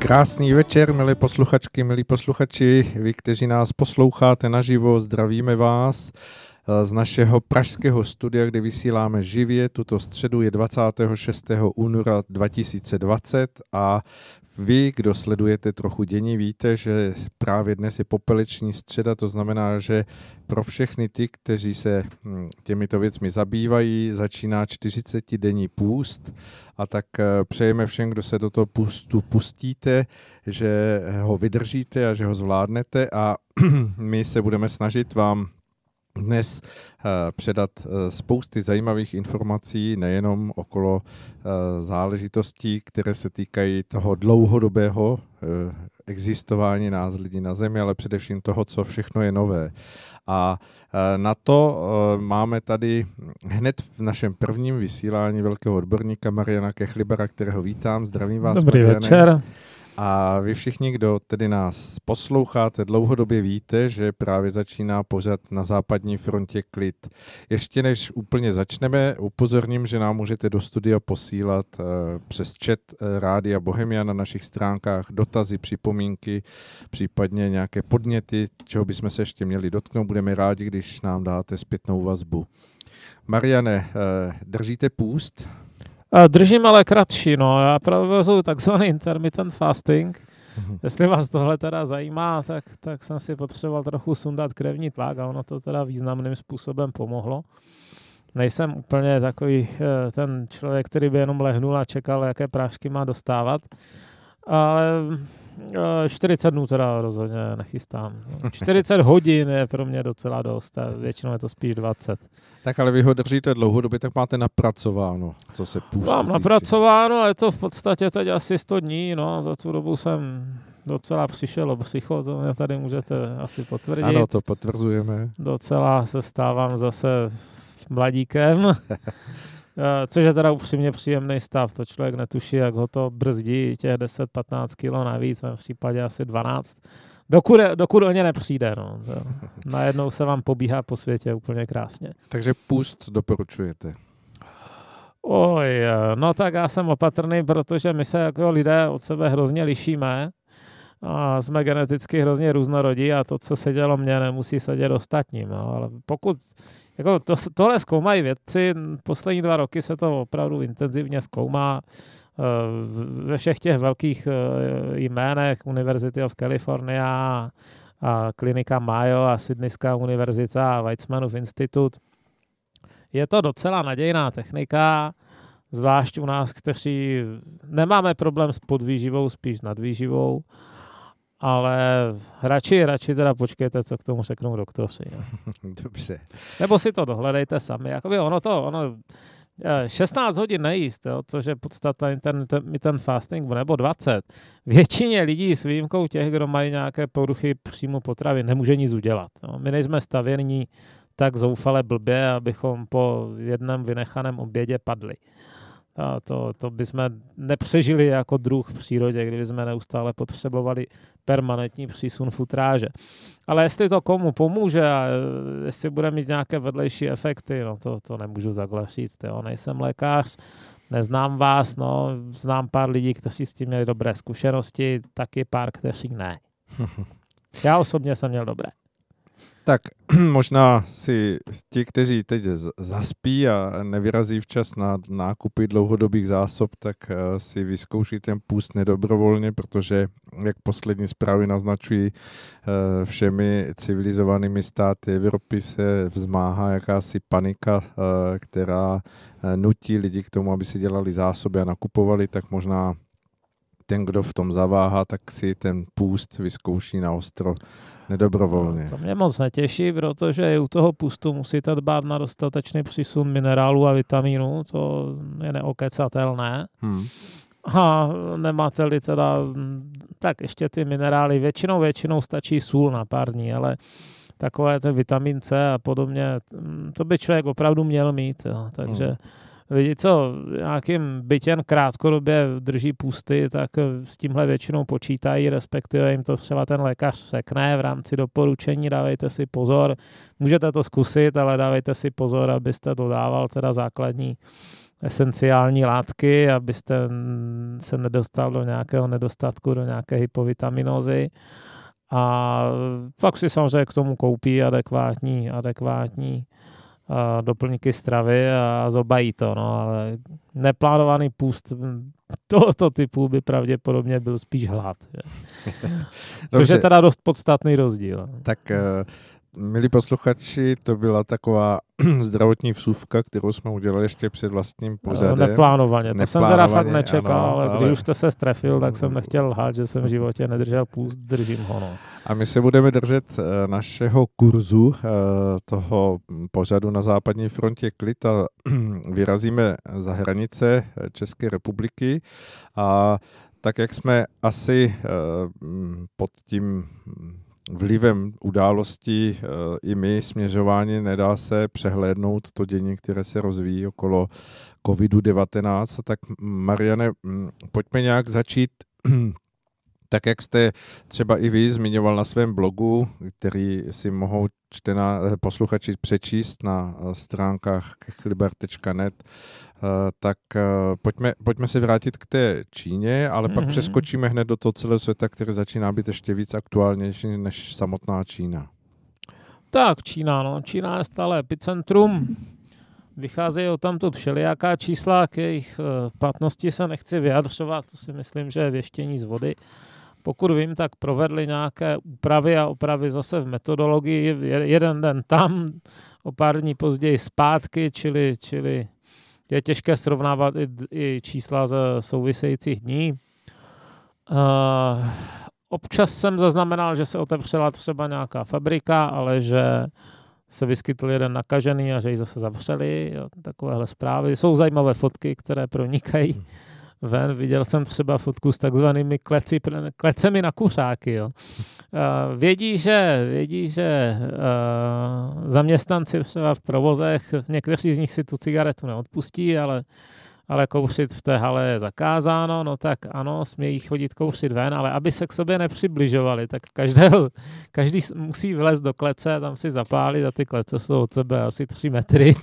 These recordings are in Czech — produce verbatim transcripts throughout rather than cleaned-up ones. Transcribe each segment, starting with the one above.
Krásný večer, milé posluchačky, milí posluchači, vy, kteří nás posloucháte naživo, zdravíme vás z našeho pražského studia, kde vysíláme živě. Tuto středu je dvacátého šestého února dva tisíce dvacet a vy, kdo sledujete trochu dění, víte, že právě dnes je popeleční středa, to znamená, že pro všechny ty, kteří se těmito věcmi zabývají, začíná čtyřicetidenní půst a tak přejeme všem, kdo se do toho půstu pustíte, že ho vydržíte a že ho zvládnete a my se budeme snažit vám dnes uh, předat uh, spousty zajímavých informací, nejenom okolo uh, záležitostí, které se týkají toho dlouhodobého uh, existování nás lidí na Zemi, ale především toho, co všechno je nové. A uh, na to uh, máme tady hned v našem prvním vysílání velkého odborníka Mariana Kechlibera, kterého vítám. Zdravím vás, Dobrý Mariane. večer. A vy všichni, kdo tedy nás posloucháte, dlouhodobě víte, že právě začíná pořad Na západní frontě klid. Ještě než úplně začneme, upozorním, že nám můžete do studia posílat uh, přes chat uh, Rádia Bohemia na našich stránkách dotazy, připomínky, případně nějaké podněty, čeho bychom se ještě měli dotknout. Budeme rádi, když nám dáte zpětnou vazbu. Mariane, uh, držíte půst? Držím, ale kratší, no. Já provozuji takzvaný intermittent fasting. Mm-hmm. Jestli vás tohle teda zajímá, tak, tak jsem si potřeboval trochu sundat krevní tlak a ono to teda významným způsobem pomohlo. Nejsem úplně takový ten člověk, který by jenom lehnul a čekal, jaké prášky má dostávat, ale čtyřicet dnů teda rozhodně nechystám. čtyřicet hodin je pro mě docela dost a většinou je to spíš dvacet. Tak ale vy ho držíte dlouhodobě, tak máte napracováno, co se půstu Mám napracováno a je to v podstatě teď asi sto dní, no, za tu dobu jsem docela přišel o psycho, to mě tady můžete asi potvrdit. Ano, to potvrzujeme. Docela se stávám zase mladíkem. Což je teda upřímně příjemný stav. To člověk netuší, jak ho to brzdí těch deset patnáct kilo navíc, v mém případě asi dvanáct. Dokud, dokud o ně nepřijde. No. Najednou se vám pobíhá po světě úplně krásně. Takže půst doporučujete? Oj, no tak já jsem opatrný, protože my se jako lidé od sebe hrozně lišíme. A jsme geneticky hrozně různorodí a to, co se dělo mně, nemusí se dělat ostatním. No. Ale pokud jako to, tohle zkoumají vědci, poslední dva roky se to opravdu intenzivně zkoumá ve všech těch velkých jménech University of California a klinika Mayo a Sydneyská univerzita a Weizmannův institut. Je to docela nadějná technika, zvlášť u nás, kteří nemáme problém s podvýživou, spíš s nadvýživou, ale radši, radši teda počkejte, co k tomu řeknou doktoři. No. Dobře. Nebo si to dohledejte sami. Jakoby ono to, ono šestnáct hodin nejíst, jo, což je podstata intermittent fasting, nebo dvacet. Většině lidí s výjimkou těch, kdo mají nějaké poruchy příjmu potravy, nemůže nic udělat. Jo. My nejsme stavění tak zoufale blbě, abychom po jednom vynechaném obědě padli. A to, to bychom nepřežili jako druh v přírodě, kdyby jsme neustále potřebovali permanentní přísun futráže. Ale jestli to komu pomůže a jestli bude mít nějaké vedlejší efekty, no to, to nemůžu takhle říct. Jo. Nejsem lékař, neznám vás, no, znám pár lidí, kteří s tím měli dobré zkušenosti, taky pár, kteří ne. Já osobně jsem měl dobré. Tak možná si ti, kteří teď zaspí a nevyrazí včas na nákupy dlouhodobých zásob, tak si vyzkouší ten půst nedobrovolně, protože, jak poslední zprávy naznačují, všemi civilizovanými státy Evropy se vzmáhá jakási panika, která nutí lidi k tomu, aby si dělali zásoby a nakupovali, tak možná ten, kdo v tom zaváhá, tak si ten půst vyzkouší na ostro nedobrovolně. No, to mě moc netěší, protože i u toho půstu musíte dbát na dostatečný přísun minerálů a vitamínů, to je neokecatelné. Hmm. A nemáte-li teda, tak ještě ty minerály, většinou, většinou stačí sůl na pár dní, ale takové ten vitamin C a podobně, to by člověk opravdu měl mít, jo. Takže hmm. lidi, co nějakým byť jen krátkodobě drží půsty, tak s tímhle většinou počítají, respektive jim to třeba ten lékař řekne v rámci doporučení, dávejte si pozor, můžete to zkusit, ale dávejte si pozor, abyste dodával teda základní esenciální látky, abyste se nedostal do nějakého nedostatku, do nějaké hypovitaminózy. A pak si samozřejmě k tomu koupí adekvátní, adekvátní uh, doplňky stravy a zobají to, no, ale neplánovaný půst tohoto typu by pravděpodobně byl spíš hlad. Což je teda dost podstatný rozdíl. Tak milí posluchači, to byla taková zdravotní vsuvka, kterou jsme udělali ještě před vlastním pořadem. No, neplánovaně, to jsem teda fakt nečekal, ano, ale, ale když už jste se strefil, tak jsem nechtěl lhát, že jsem v životě nedržel půst, držím ho. No. A my se budeme držet našeho kurzu, toho pořadu Na západní frontě klid a vyrazíme za hranice České republiky a tak, jak jsme asi pod tím vlivem událostí i my směřování, nedá se přehlédnout to dění, které se rozvíjí okolo kovidu devatenáct. Tak Mariane, pojďme nějak začít, tak jak jste třeba i vy zmiňoval na svém blogu, který si mohou čtená, posluchači přečíst na stránkách kechlibar tečka net, tak pojďme, pojďme se vrátit k té Číně, ale mm-hmm. pak přeskočíme hned do toho celého světa, který začíná být ještě víc aktuálnější než samotná Čína. Tak, Čína, no. Čína je stále epicentrum. Vycházejí o tamtud všelijaká čísla, k jejich platnosti se nechci vyjadřovat, to si myslím, že je věštění z vody. Pokud vím, tak provedli nějaké úpravy a opravy zase v metodologii. Jeden den tam, o pár dní později zpátky, čili, čili je těžké srovnávat i, i čísla ze souvisejících dní. Uh, občas jsem zaznamenal, že se otevřela třeba nějaká fabrika, ale že se vyskytl jeden nakažený a že ji zase zavřeli. Jo, takovéhle zprávy. Jsou zajímavé fotky, které pronikají ven. Viděl jsem třeba fotku s takzvanými kleci, klecemi na kuřáky. Jo. Uh, vědí, že, vědí, že uh, zaměstnanci třeba v provozech, někteří z nich si tu cigaretu neodpustí, ale, ale kouřit v té hale je zakázáno, no tak ano, smějí chodit kouřit ven, ale aby se k sobě nepřibližovali, tak každého, každý musí vlézt do klece, tam si zapálit a ty klece jsou od sebe asi tři metry.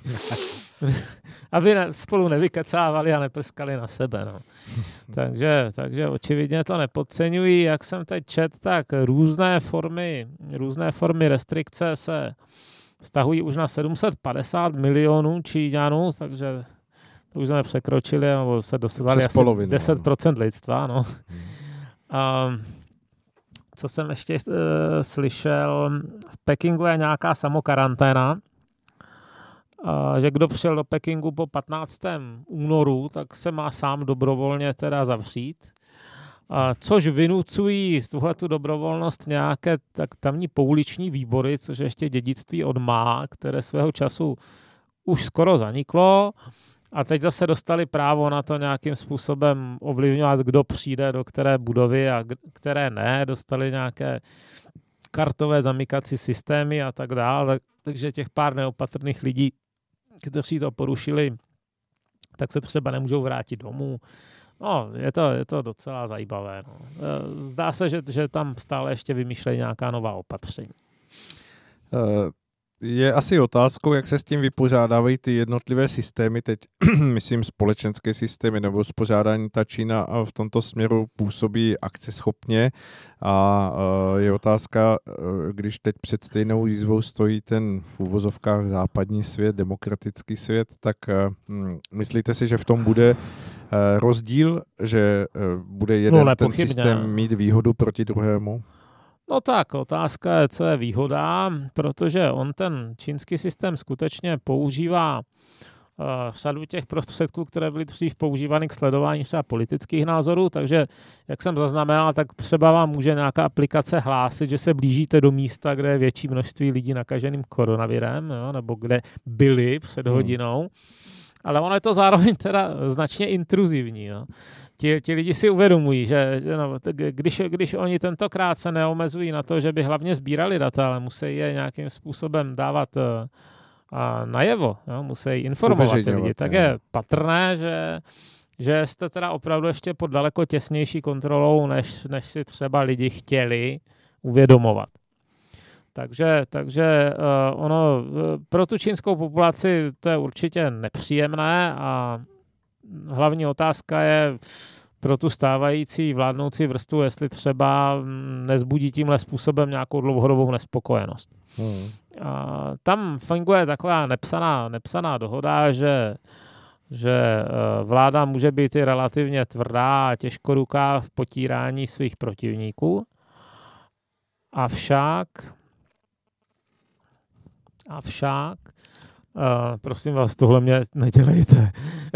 Aby ne, spolu nevykecávali a neprskali na sebe. No. takže, takže očividně to nepodceňují. Jak jsem teď čet, tak různé formy, různé formy restrikce se vztahují už na sedm set padesát milionů Číňanů, takže to už jsme překročili, nebo se dostali asi polovinu, deset procent lidstva. No. A co jsem ještě uh, slyšel, v Pekingu je nějaká samokaranténa, Uh, že kdo přišel do Pekingu po patnáctého únoru, tak se má sám dobrovolně teda zavřít. Uh, což vynucují tuhletu dobrovolnost nějaké tak tamní pouliční výbory, což je ještě dědictví od Má, které svého času už skoro zaniklo. A teď zase dostali právo na to nějakým způsobem ovlivňovat, kdo přijde do které budovy a které ne. Dostali nějaké kartové zamykací systémy a tak dále. Takže těch pár neopatrných lidí, kteří to porušili, tak se třeba nemůžou vrátit domů. No, je to, je to docela zajímavé. No. Zdá se, že, že tam stále ještě vymýšlejí nějaká nová opatření. Je asi otázkou, jak se s tím vypořádávají ty jednotlivé systémy, teď myslím společenské systémy nebo uspořádání. Ta Čína v tomto směru působí akceschopně a je otázka, když teď před stejnou výzvou stojí ten v úvozovkách západní svět, demokratický svět, tak myslíte si, že v tom bude rozdíl, že bude jeden no, ten systém mít výhodu proti druhému? No tak, otázka je, co je výhoda, protože on ten čínský systém skutečně používá uh, řadu těch prostředků, které byly dřív používány k sledování třeba politických názorů, takže jak jsem zaznamenal, tak třeba vám může nějaká aplikace hlásit, že se blížíte do místa, kde je větší množství lidí nakaženým koronavirem, jo, nebo kde byli před hodinou. Hmm. Ale ono je to zároveň teda značně intruzivní. Jo. Ti, ti lidi si uvědomují, že, že no, když, když oni tentokrát se neomezují na to, že by hlavně sbírali data, ale musí je nějakým způsobem dávat uh, a najevo, jo, musí informovat ty lidi, tak je patrné, že, že jste teda opravdu ještě pod daleko těsnější kontrolou, než, než si třeba lidi chtěli uvědomovat. Takže, takže uh, ono pro tu čínskou populaci to je určitě nepříjemné a hlavní otázka je pro tu stávající vládnoucí vrstvu, jestli třeba nezbudí tímhle způsobem nějakou dlouhodobou nespokojenost. Hmm. A tam funguje taková nepsaná, nepsaná dohoda, že, že vláda může být i relativně tvrdá a těžkoruká v potírání svých protivníků. Avšak Avšak, uh, prosím vás, tohle mě nedělejte.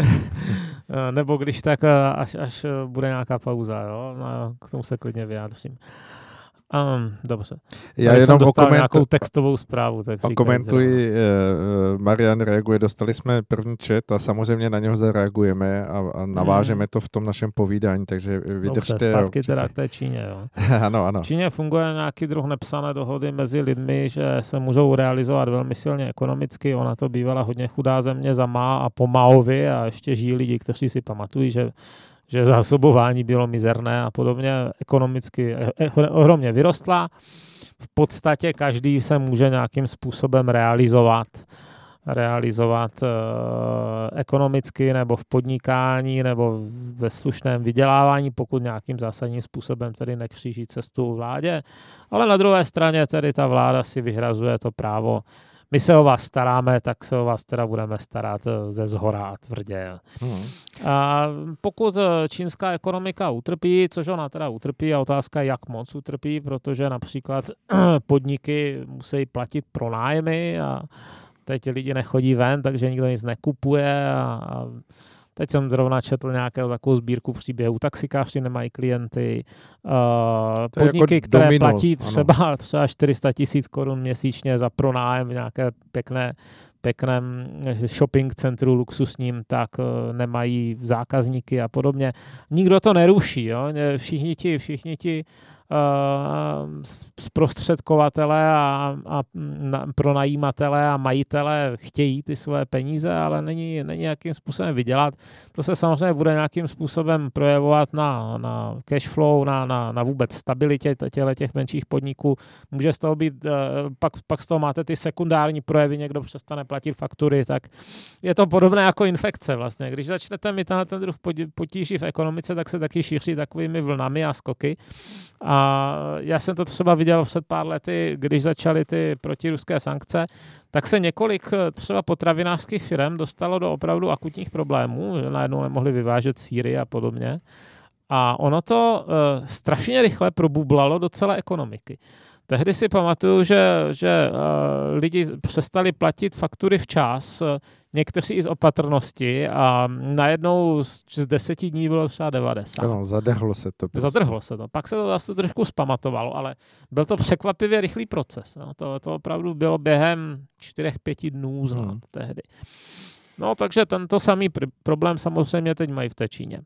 Nebo když tak, až, až bude nějaká pauza, jo? No, k tomu se klidně vyjádřím. Um, dobře. Já Tady jenom jsem dostal okomentu... nějakou textovou zprávu. Tak okomentuji, uh, Marian reaguje, dostali jsme první chat a samozřejmě na něho zareagujeme a, a navážeme hmm. to v tom našem povídání, takže vydržte. Dobře, zpátky teda k té Číně. Jo. Ano, ano. V Číně funguje nějaký druh nepsané dohody mezi lidmi, že se můžou realizovat velmi silně ekonomicky. Ona to bývala hodně chudá země za Má a po Maovi a ještě žijí lidi, kteří si pamatují, že že zásobování bylo mizerné a podobně, ekonomicky ohromně vyrostla. V podstatě každý se může nějakým způsobem realizovat, realizovat uh, ekonomicky nebo v podnikání nebo ve slušném vydělávání, pokud nějakým zásadním způsobem tedy nekříží cestu vládě. Ale na druhé straně tedy ta vláda si vyhrazuje to právo. My se o vás staráme, tak se o vás teda budeme starat ze zhora a tvrdě. Hmm. A pokud čínská ekonomika utrpí, což ona teda utrpí, a otázka, jak moc utrpí, protože například podniky musí platit pronájmy a teď lidi nechodí ven, takže nikdo nic nekupuje a teď jsem zrovna četl nějakou takovou sbírku příběhů. Taxikáři nemají klienty, uh, podniky, jako které domino, platí třeba, třeba čtyři sta tisíc korun měsíčně za pronájem v nějaké pěkné, pěkném shopping centru luxusním, tak uh, nemají zákazníky a podobně. Nikdo to neruší. Jo? Všichni ti, všichni ti Uh, zprostředkovatele a, a na, pronajímatele a majitele chtějí ty své peníze, ale není, není nějakým způsobem vydělat. To se samozřejmě bude nějakým způsobem projevovat na, na cash flow, na, na, na vůbec stabilitě těch menších podniků. Může z toho být, uh, pak, pak z toho máte ty sekundární projevy, někdo přestane platit faktury, tak je to podobné jako infekce vlastně. Když začnete mít tenhle ten druh potíží v ekonomice, tak se taky šíří takovými vlnami a skoky. A já jsem to třeba viděl před pár lety, když začaly ty protiruské sankce, tak se několik třeba potravinářských firm dostalo do opravdu akutních problémů, že najednou nemohli vyvážet sýry a podobně. A ono to uh, strašně rychle probublalo do celé ekonomiky. Tehdy si pamatuju, že, že uh, lidi přestali platit faktury včas, někteří i z opatrnosti a najednou z, z deseti dní bylo třeba devadesát. Ano, zadrhlo se to. Prostě. Zadrhlo se to. Pak se to zase trošku zpamatovalo, ale byl to překvapivě rychlý proces. No, to, to opravdu bylo během čtyřech, pěti dnů znát hmm. tehdy. No, takže tento samý pr- problém samozřejmě teď mají v té Číně.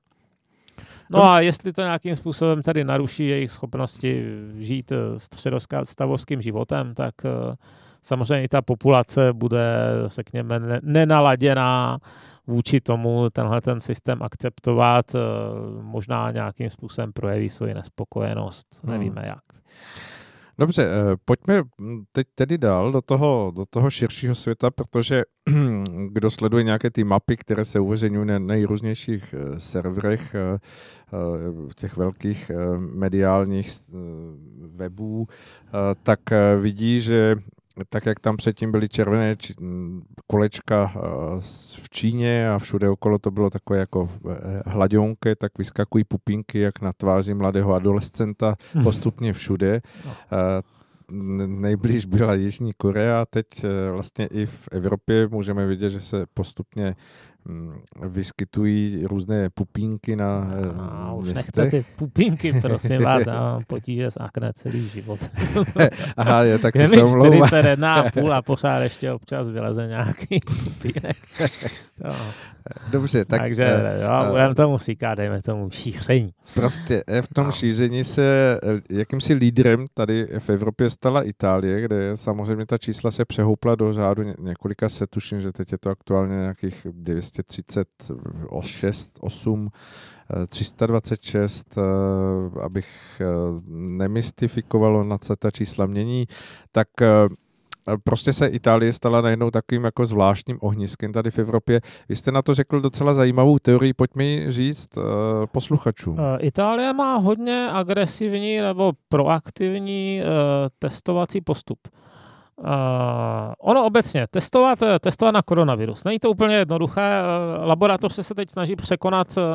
No a jestli to nějakým způsobem tady naruší jejich schopnosti žít středostavovským životem, tak samozřejmě i ta populace bude, řekněme, nenaladěná vůči tomu tenhle ten systém akceptovat, možná nějakým způsobem projeví svoji nespokojenost, nevíme jak. Dobře, pojďme teď tedy dál do toho, do toho širšího světa, protože kdo sleduje nějaké ty mapy, které se uveřejňují na nejrůznějších serverech těch velkých mediálních webů, tak vidí, že tak, jak tam předtím byly červené či, kolečka v Číně a všude okolo to bylo takové jako hladionky, tak vyskakují pupínky jak na tváři mladého adolescenta postupně všude. Nejblíž byla Jižní Korea, teď vlastně i v Evropě můžeme vidět, že se postupně vyskytují různé pupínky na no, už nechte ty pupínky, prosím vás, já mám potíže s akné celý život. Aha, je, tak je mi čtyřicet jedna a půl a pořád ještě občas vyleze nějaký pupínek. No. Dobře, tak... Takže jo, budeme tomu říkat, dejme tomu šíření. Prostě v tom no. šíření se jakýmsi lídrem tady v Evropě stala Itálie, kde samozřejmě ta čísla se přehoupla do řádu několika set, tuším, že teď je to aktuálně nějakých dvě stě třicet šest, osm, tři sta dvacet šest, abych nemystifikoval, na co ta čísla mění, tak prostě se Itálie stala najednou takovým jako zvláštním ohniskem tady v Evropě. Vy jste na to řekl docela zajímavou teorii, pojď mi říct uh, posluchačům. Itálie má hodně agresivní nebo proaktivní uh, testovací postup. Uh, ono obecně, testovat, testovat na koronavirus. Není to úplně jednoduché. Uh, laboratoř se teď snaží překonat. Uh,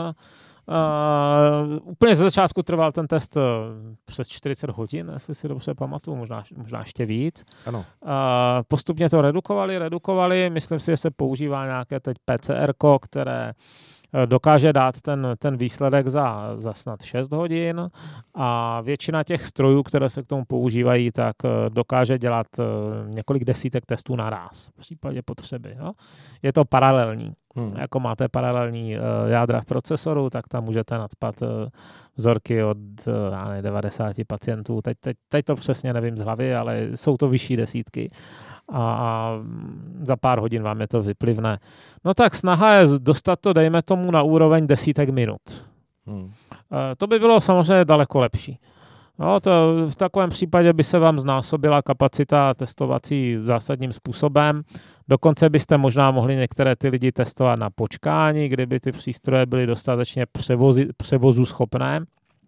uh, úplně ze začátku trval ten test uh, přes čtyřicet hodin, jestli si dobře pamatuju, možná, možná ještě víc. Ano. Uh, postupně to redukovali, redukovali. Myslím si, že se používá nějaké teď P C R ko, které dokáže dát ten, ten výsledek za, za snad šest hodin a většina těch strojů, které se k tomu používají, tak dokáže dělat několik desítek testů naráz v případě potřeby. Jo? Je to paralelní. Hmm. Jako máte paralelní uh, jádra v procesoru, tak tam můžete nacpat uh, vzorky od uh, ne, devadesát pacientů. Teď, teď, teď to přesně nevím z hlavy, ale jsou to vyšší desítky. A, a za pár hodin vám je to vyplivne. No tak snaha je dostat to, dejme tomu, na úroveň desítek minut. Hmm. Uh, to by bylo samozřejmě daleko lepší. No, to v takovém případě by se vám znásobila kapacita testovací zásadním způsobem. Dokonce byste možná mohli některé ty lidi testovat na počkání, kdyby ty přístroje byly dostatečně převozi, převozu schopné.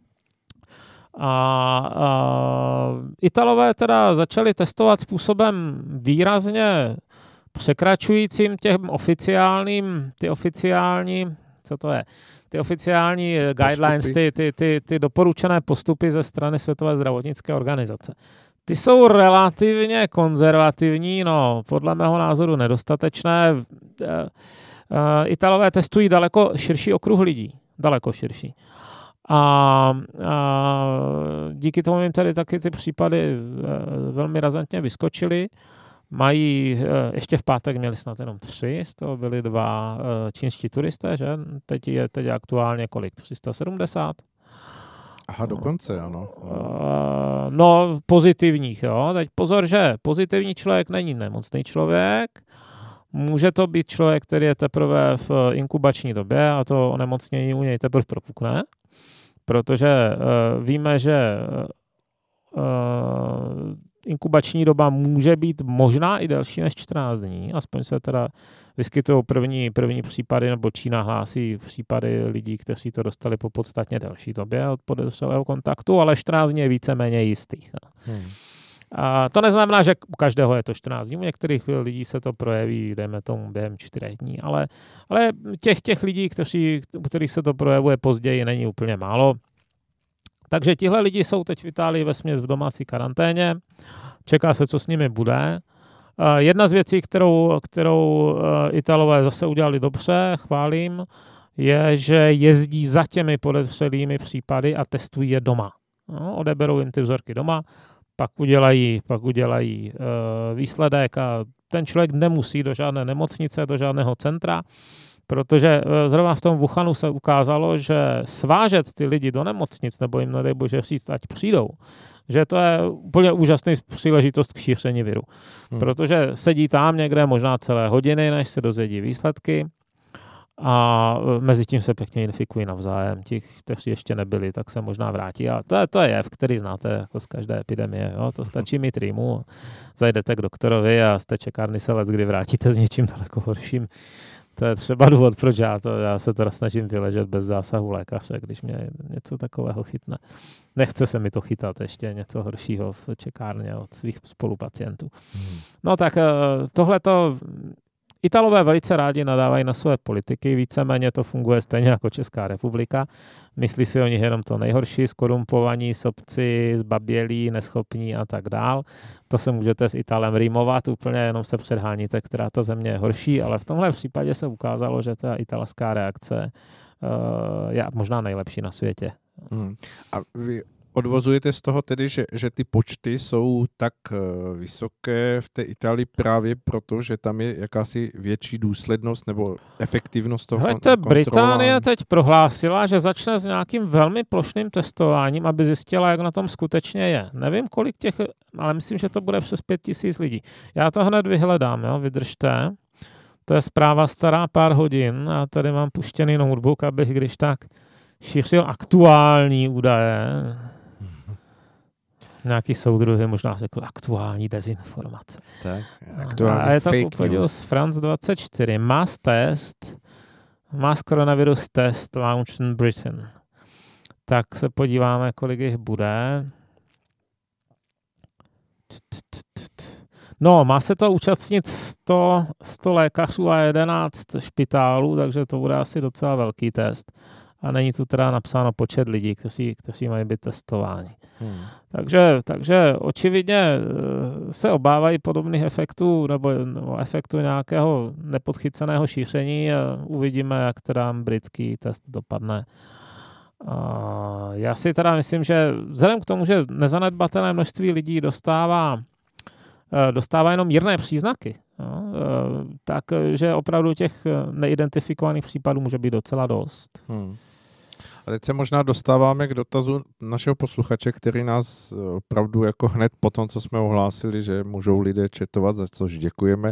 A, a Italové teda začali testovat způsobem výrazně překračujícím těm oficiálním, ty oficiální, co to je, ty oficiální guidelines, ty, ty, ty, ty doporučené postupy ze strany Světové zdravotnické organizace. Ty jsou relativně konzervativní, no podle mého názoru nedostatečné. Italové testují daleko širší okruh lidí, daleko širší. A, a díky tomu jim tady taky ty případy velmi razantně vyskočily. Mají, ještě v pátek měli snad jenom tři, z toho byli dva čínští turisté, že? Teď je teď aktuálně kolik? tři sta sedmdesát? Aha, dokonce, ano. No, pozitivních, jo. Teď pozor, že pozitivní člověk není nemocný člověk, může to být člověk, který je teprve v inkubační době a to onemocnění u něj teprve propukne, protože uh, víme, že uh, inkubační doba může být možná i delší než čtrnáct dní, aspoň se teda vyskytují první, první případy, nebo Čína hlásí případy lidí, kteří to dostali po podstatně delší době od podezřelého kontaktu, ale čtrnáct dní je víceméně jistých. Hmm. A to neznamená, že u každého je to čtrnáct dní, u některých lidí se to projeví, dejme tomu, během čtyřech dní, ale, ale těch, těch lidí, kteří, u kterých se to projevuje později, není úplně málo. Takže tihle lidi jsou teď v Itálii vesměs v domácí karanténě, čeká se, co s nimi bude. Jedna z věcí, kterou, kterou Italové zase udělali dobře, chválím, je, že jezdí za těmi podezřelými případy a testují je doma. No, odeberou jim ty vzorky doma, pak udělají, pak udělají uh, výsledek a ten člověk nemusí do žádné nemocnice, do žádného centra, protože uh, zrovna v tom Wuhanu se ukázalo, že svážet ty lidi do nemocnic, nebo jim nedej bože říct, ať přijdou, že to je úplně úžasný příležitost k šíření viru. Hmm. Protože sedí tam někde možná celé hodiny, než se dozvědí výsledky, a mezi tím se pěkně infikují navzájem. Ti, kteří ještě nebyli, tak se možná vrátí. A to je, to je jev, který znáte jako z každé epidemie. Jo? To stačí mít rýmu, zajdete k doktorovi a z té čekárny se leckdy vrátíte s něčím daleko horším. To je třeba důvod, proč já, to, já se teda snažím vyležet bez zásahu lékaře, když mě něco takového chytne. Nechce se mi to chytat ještě něco horšího v čekárně od svých spolupacientů. Hmm. No tak tohleto Italové velice rádi nadávají na své politiky, víceméně to funguje stejně jako Česká republika. Myslí si o nich jenom to nejhorší, skorumpovaní, sobci, zbabělí, neschopní a tak dál. To se můžete s Italem rýmovat, úplně jenom se předháníte, která ta země je horší, ale v tomhle případě se ukázalo, že ta italská reakce uh, je možná nejlepší na světě. Hmm. A vy odvozujete z toho tedy, že, že ty počty jsou tak uh, vysoké v té Itálii právě proto, že tam je jakási větší důslednost nebo efektivnost toho kontrolování? Británie teď prohlásila, že začne s nějakým velmi plošným testováním, aby zjistila, jak na tom skutečně je. Nevím, kolik těch, ale myslím, že to bude přes pět tisíc lidí. Já to hned vyhledám, jo? Vydržte. To je zpráva stará pár hodin a tady mám puštěný notebook, abych když tak šířil aktuální údaje. Nějaký soudruhy možná řekl aktuální dezinformace. Tak, aktuální a je to fake news. z France dvacet čtyři. Mass test, mass coronavirus test launched in Britain. Tak se podíváme, kolik jich bude. No, má se to účastnit sto, sto lékařů a jedenáct špitálů, takže to bude asi docela velký test. A není tu teda napsáno počet lidí, kteří, kteří mají být testováni. Hmm. Takže, takže očividně se obávají podobných efektů nebo, nebo efektu nějakého nepodchyceného šíření a uvidíme, jak teda britský test dopadne. A já si teda myslím, že vzhledem k tomu, že nezanedbatelné množství lidí dostává dostává jenom mírné příznaky, no, takže opravdu těch neidentifikovaných případů může být docela dost. Hmm. A teď se možná dostáváme k dotazu našeho posluchače, který nás opravdu jako hned po tom, co jsme ohlásili, že můžou lidé četovat, za což děkujeme,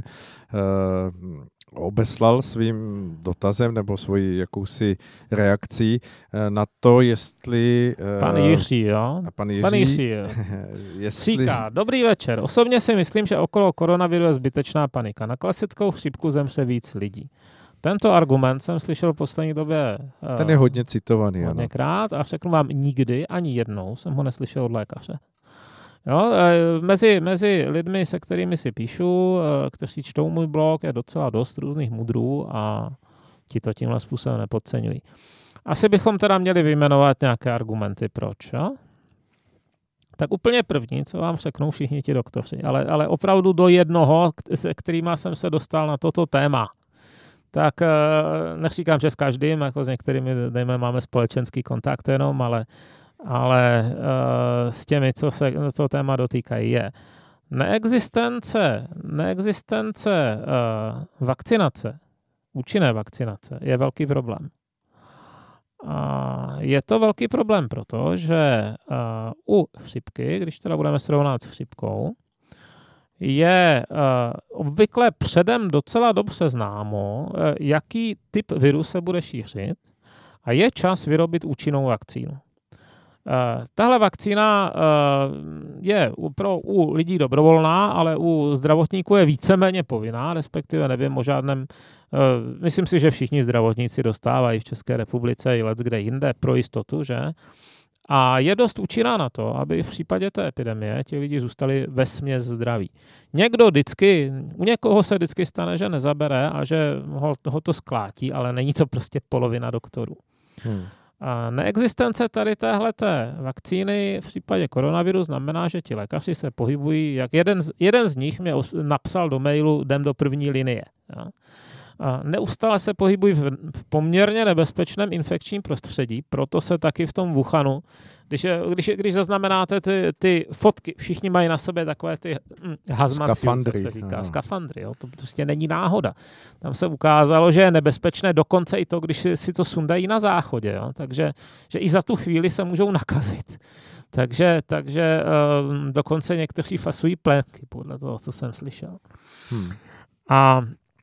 obeslal svým dotazem nebo svojí jakousi reakcí na to, jestli... Pan Jiří, jo? Pan Jiří, pan Jiří jestli... říká, dobrý večer. Osobně si myslím, že okolo koronaviru je zbytečná panika. Na klasickou chřipku zemře víc lidí. Tento argument jsem slyšel v poslední době... Ten je hodně citovaný. Hodněkrát a řeknu vám, nikdy, ani jednou jsem ho neslyšel od lékaře. Jo, mezi, mezi lidmi, se kterými si píšu, kteří čtou můj blog, je docela dost různých mudrů a ti to tímhle způsobem nepodceňují. Asi bychom teda měli vyjmenovat nějaké argumenty, proč. Jo? Tak úplně první, co vám řeknou všichni ti doktoři, ale, ale opravdu do jednoho, se kterýma jsem se dostal na toto téma. Tak neříkám, že s každým, jako s některými, dejme, máme společenský kontakt jenom, ale ale uh, s těmi, co se to téma dotýkají, je neexistence, neexistence uh, vakcinace, účinné vakcinace, je velký problém. A je to velký problém proto, že uh, u chřipky, když teda budeme srovnat s chřipkou, je uh, obvykle předem docela dobře známo, uh, jaký typ viru se bude šířit a je čas vyrobit účinnou vakcínu. Uh, tahle vakcína uh, je pro, u lidí dobrovolná, ale u zdravotníků je víceméně povinná, respektive nevím o žádném, uh, myslím si, že všichni zdravotníci dostávají v České republice i leckde jinde pro jistotu, že? A je dost účinná na to, aby v případě té epidemie ti lidi zůstali vesměs zdraví. Někdo vždycky, u někoho se vždycky stane, že nezabere a že ho, ho to sklátí, ale není to prostě polovina doktorů. Hmm. A neexistence tady téhleté vakcíny v případě koronaviru znamená, že ti lékaři se pohybují, jak jeden z, jeden z nich mě napsal do mailu, jdem do první linie. Ja. A neustále se pohybují v, v poměrně nebezpečném infekčním prostředí, proto se taky v tom Wuhanu, když, když, když zaznamenáte ty, ty fotky, všichni mají na sobě takové ty hm, hazmat suit, jak se říká, skafandry, jo, to prostě není náhoda. Tam se ukázalo, že je nebezpečné dokonce i to, když si, si to sundají na záchodě, jo, takže že i za tu chvíli se můžou nakazit. Takže, takže uh, dokonce někteří fasují plenky, podle toho, co jsem slyšel. Hmm. A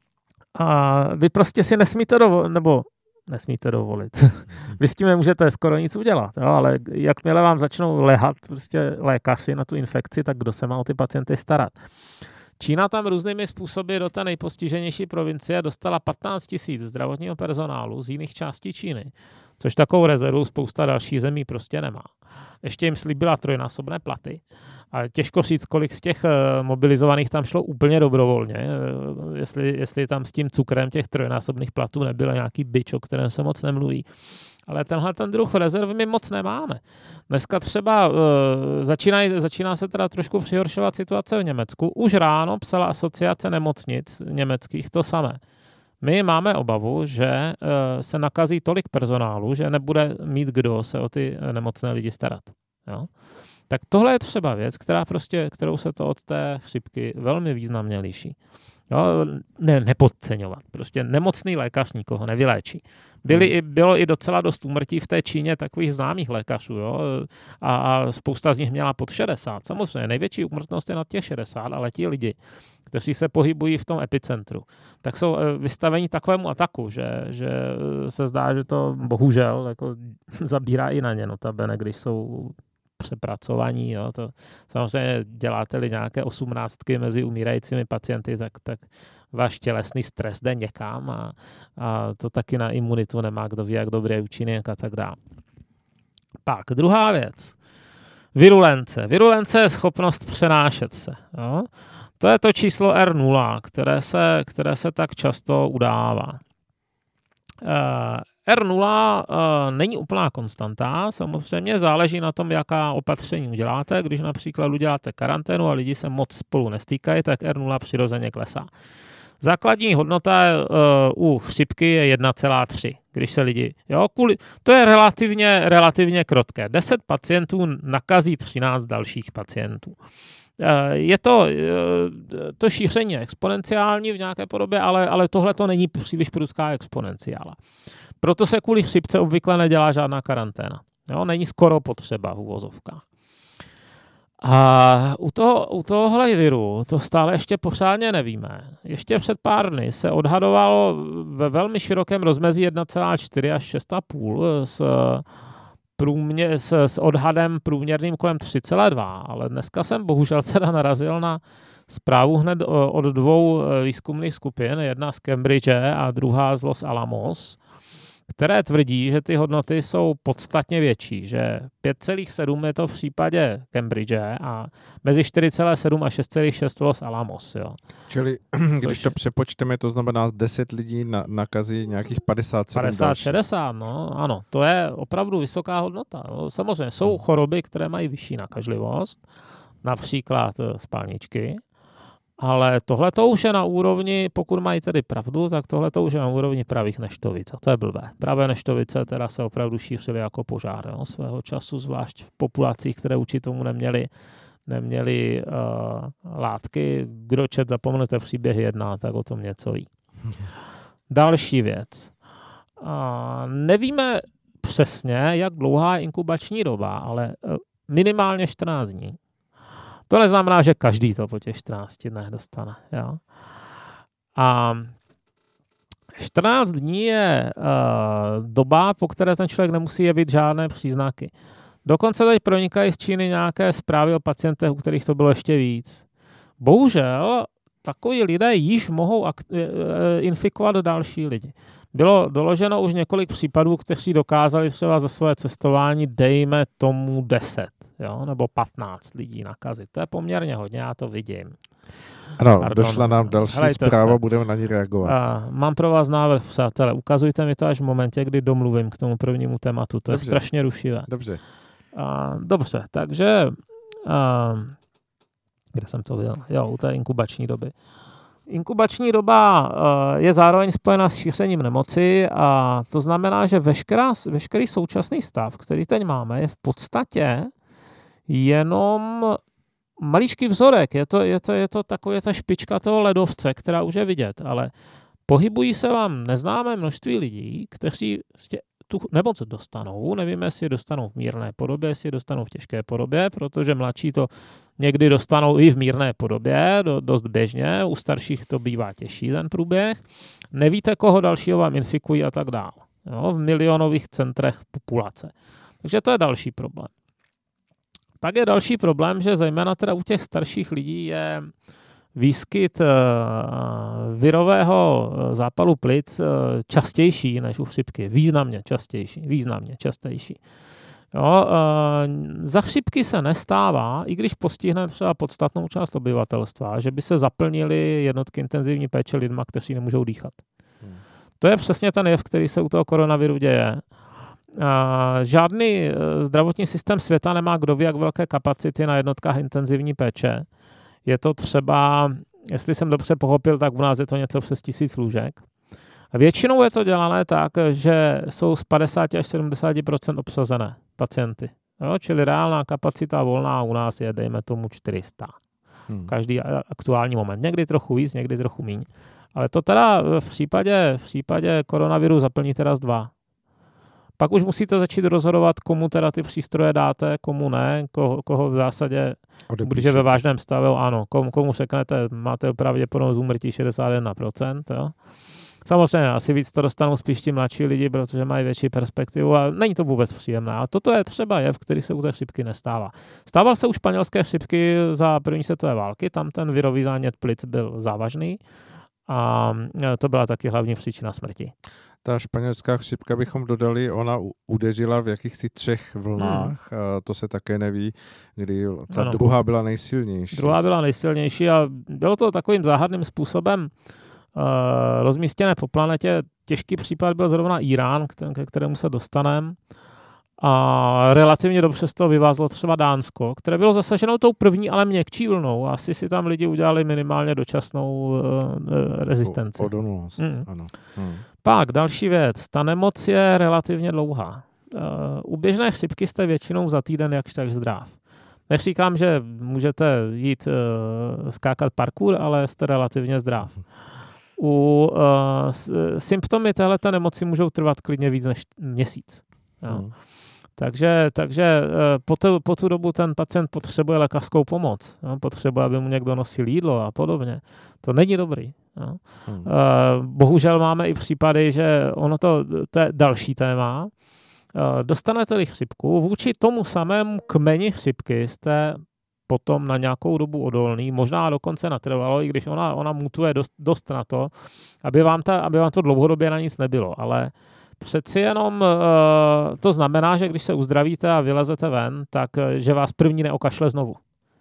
A vy prostě si nesmíte dovolit, nebo nesmíte dovolit. Vy s tím nemůžete skoro nic udělat, jo? Ale jakmile vám začnou lehat prostě lékaři na tu infekci, tak kdo se má o ty pacienty starat. Čína tam různými způsoby do té nejpostiženější provincie dostala patnáct tisíc zdravotního personálu z jiných částí Číny, což takovou rezervu spousta dalších zemí prostě nemá. Ještě jim slíbila trojnásobné platy. A těžko říct, kolik z těch mobilizovaných tam šlo úplně dobrovolně, jestli, jestli tam s tím cukrem těch trojnásobných platů nebyl nějaký bič, o kterém se moc nemluví. Ale tenhle ten druh rezerv my moc nemáme. Dneska třeba uh, začíná, začíná se teda trošku přihoršovat situace v Německu. Už ráno psala asociace nemocnic německých to samé. My máme obavu, že uh, se nakazí tolik personálu, že nebude mít kdo se o ty nemocné lidi starat. Jo? Tak tohle je třeba věc, která prostě, kterou se to od té chřipky velmi významně liší. Jo, ne, nepodceňovat. Prostě nemocný lékař nikoho nevyléčí. Byly hmm. i, bylo i docela dost úmrtí v té Číně takových známých lékařů, jo, a, a spousta z nich měla pod šedesát. Samozřejmě největší úmrtnost je nad těch šedesát, ale ti lidi, kteří se pohybují v tom epicentru, tak jsou vystaveni takovému ataku, že, že se zdá, že to bohužel jako zabírá i na ně, notabene, když jsou přepracovaní. Jo. To samozřejmě děláte-li nějaké osmnáctky mezi umírajícími pacienty, tak, tak váš tělesný stres jde někam a, a to taky na imunitu nemá kdo ví, jak dobrý účinek a tak dále. Pak druhá věc. Virulence. Virulence je schopnost přenášet se. Jo. To je to číslo R nula, které se, které se tak často udává. R nula není úplná konstanta, samozřejmě záleží na tom, jaká opatření uděláte. Když například uděláte karanténu a lidi se moc spolu nestýkají, tak R nula přirozeně klesá. Základní hodnota uh, u chřipky je jedna celá tři, když se lidi... Jo, kvůli, to je relativně, relativně krotké. deset pacientů nakazí třináct dalších pacientů. Uh, je to, uh, to šíření exponenciální v nějaké podobě, ale, ale tohle to není příliš prudká exponenciála. Proto se kvůli chřipce obvykle nedělá žádná karanténa. Jo, není skoro potřeba v uvozovkách. A u, toho, u tohohle viru to stále ještě pořádně nevíme. Ještě před pár dny se odhadovalo ve velmi širokém rozmezí jedna celá čtyři až šest celá pět s, průměr, s, s odhadem průměrným kolem tři celá dva, ale dneska jsem bohužel teda narazil na zprávu hned od dvou výzkumných skupin, jedna z Cambridge a druhá z Los Alamos, které tvrdí, že ty hodnoty jsou podstatně větší, že pět celá sedm je to v případě Cambridge a mezi čtyři celá sedm a šest celá šest Los Alamos. Jo. Čili když to přepočteme, to znamená deset lidí na, nakazí nějakých padesát sedm padesát šedesát, no ano, to je opravdu vysoká hodnota. No, samozřejmě jsou choroby, které mají vyšší nakažlivost, například spalničky, ale tohle to už je na úrovni, pokud mají tedy pravdu, tak tohle to už je na úrovni pravých neštovic. To je blbé. Pravé neštovice teda se opravdu šířily jako požár, jo, svého času, zvlášť v populacích, které určitě tomu neměli, neměli uh, látky. Kdo čet zapomenete příběh jedna, tak o tom něco ví. Další věc. Uh, nevíme přesně, jak dlouhá je inkubační doba, ale uh, minimálně čtrnáct dní. To neznamená, že každý to po těch čtrnácti dnech dostane. Jo? A čtrnáct dní je uh, doba, po které ten člověk nemusí jevit žádné příznaky. Dokonce teď pronikají z Číny nějaké zprávy o pacientech, u kterých to bylo ještě víc. Bohužel takoví lidé již mohou akt- infikovat další lidi. Bylo doloženo už několik případů, kteří dokázali třeba za svoje cestování, dejme tomu deset, jo, nebo patnáct lidí nakazit. To je poměrně hodně, já to vidím. Ano, Pardon. Došla nám další Helejte zpráva, se. Budeme na ní reagovat. A mám pro vás návrh, přátelé. Ukazujte mi to až v momentě, kdy domluvím k tomu prvnímu tématu. To dobře. Je strašně rušivé. Dobře. A, dobře, takže... A, kde jsem to viděl? Jo, u té inkubační doby. Inkubační doba uh, je zároveň spojena s šířením nemoci a to znamená, že veškerá, veškerý současný stav, který teď máme, je v podstatě jenom maličký vzorek. Je to, je to, je to taková ta špička toho ledovce, která už je vidět, ale pohybují se vám neznámé množství lidí, kteří tu nemoc dostanou. Nevíme, jestli je dostanou v mírné podobě, jestli je dostanou v těžké podobě, protože mladší to někdy dostanou i v mírné podobě, do, dost běžně, u starších to bývá těžší ten průběh. Nevíte, koho dalšího vám infikují a tak dále. Jo, v milionových centrech populace. Takže to je další problém. Pak je další problém, že zejména teda u těch starších lidí je výskyt uh, virového zápalu plic uh, častější než u chřipky. Významně častější. Významně častější. Jo, uh, za chřipky se nestává, i když postihne třeba podstatnou část obyvatelstva, že by se zaplnily jednotky intenzivní péče lidma, kteří nemůžou dýchat. Hmm. To je přesně ten jev, který se u toho koronaviru děje. Uh, žádný uh, zdravotní systém světa nemá kdo ví jak velké kapacity na jednotkách intenzivní péče. Je to třeba, jestli jsem dobře pochopil, tak u nás je to něco přes tisíc lůžek. A většinou je to dělané tak, že jsou z padesát až sedmdesát procent obsazené pacienty. Jo, čili reálná kapacita volná u nás je, dejme tomu, čtyři sta. Hmm. Každý aktuální moment. Někdy trochu víc, někdy trochu míň. Ale to teda v případě, v případě koronaviru zaplní teda z dva. Pak už musíte začít rozhodovat, komu teda ty přístroje dáte, komu ne, koho, koho v zásadě, když je ve vážném stavu, ano, komu, komu řeknete, máte pravděpodobnost úmrtí šedesát jedna procent, jo. Samozřejmě asi víc to dostanou spíš ti mladší lidi, protože mají větší perspektivu a není to vůbec příjemné. Ale toto je třeba jev, který se u té chřipky nestává. Stával se u španělské chřipky za první světové války, tam ten virový zánět plic byl závažný a to byla taky hlavní příčina smrti. Ta španělská chřipka, bychom dodali, ona udeřila v jakýchsi třech vlnách. Hmm. A to se také neví, kdy ta ano. druhá byla nejsilnější. Druhá byla nejsilnější a bylo to takovým záhadným způsobem uh, rozmístěné po planetě. Těžký případ byl zrovna Irán, ke kterému se dostaneme. A relativně dobře z toho vyvázlo třeba Dánsko, které bylo zasaženo tou první, ale měkčí vlnou. Asi si tam lidi udělali minimálně dočasnou uh, rezistenci. Odolnost, hmm. ano. Hmm. Pak další věc. Ta nemoc je relativně dlouhá. Uh, u běžné chřipky jste většinou za týden jakž tak zdrav. Neříkám, že můžete jít uh, skákat parkour, ale jste relativně zdrav. U uh, symptomy téhleté nemoci můžou trvat klidně víc než měsíc. Hmm. Takže, takže po tu, po tu dobu ten pacient potřebuje lékařskou pomoc. Jo? Potřebuje, aby mu někdo nosil jídlo a podobně. To není dobrý. Jo? Hmm. Bohužel máme i případy, že ono to, to je další téma. Dostanete-li chřipku, vůči tomu samému kmeni chřipky jste potom na nějakou dobu odolný, možná dokonce natrvalo, i když ona, ona mutuje dost, dost na to, aby vám, ta, aby vám to dlouhodobě na nic nebylo. Ale přeci jenom uh, to znamená, že když se uzdravíte a vylezete ven, tak že vás první neokašle znovu.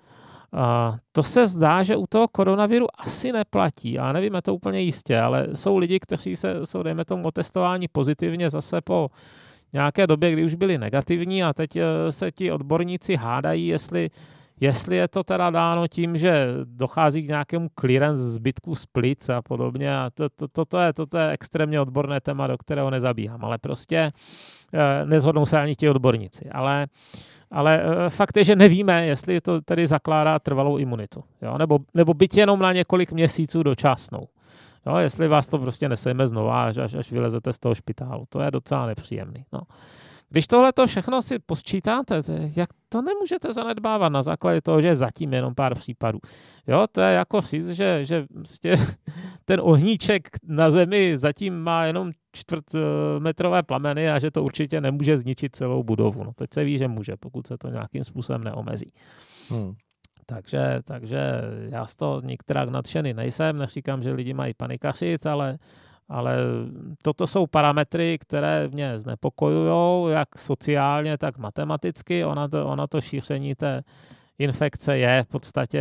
Uh, to se zdá, že u toho koronaviru asi neplatí. A nevíme to úplně jistě, ale jsou lidi, kteří se, jsou, dejme tomu, otestování pozitivně zase po nějaké době, kdy už byli negativní a teď uh, se ti odborníci hádají, jestli Jestli je to teda dáno tím, že dochází k nějakému clearance zbytku z plic a podobně. A to, to, to, to, je, to, to je extrémně odborné téma, do kterého nezabíhám. Ale prostě eh, nezhodnou se ani ti odborníci. Ale, ale eh, fakt je, že nevíme, jestli to tedy zakládá trvalou imunitu. Jo? Nebo, nebo byť jenom na několik měsíců dočasnou. Jo? Jestli vás to prostě nesejme znova, až, až, až vylezete z toho špitálu. To je docela nepříjemný. No. Když tohleto všechno si posčítáte, jak to nemůžete zanedbávat na základě toho, že je zatím jenom pár případů. Jo, to je jako říct, že, že prostě ten ohníček na zemi zatím má jenom čtvrtmetrové plameny a že to určitě nemůže zničit celou budovu. No, teď se ví, že může, pokud se to nějakým způsobem neomezí. Hmm. Takže, takže já z toho nikterak nadšený nejsem, neříkám, že lidi mají panikařit, ale Ale toto jsou parametry, které mě znepokojují, jak sociálně, tak matematicky. Ona to, ona to šíření té infekce je v podstatě,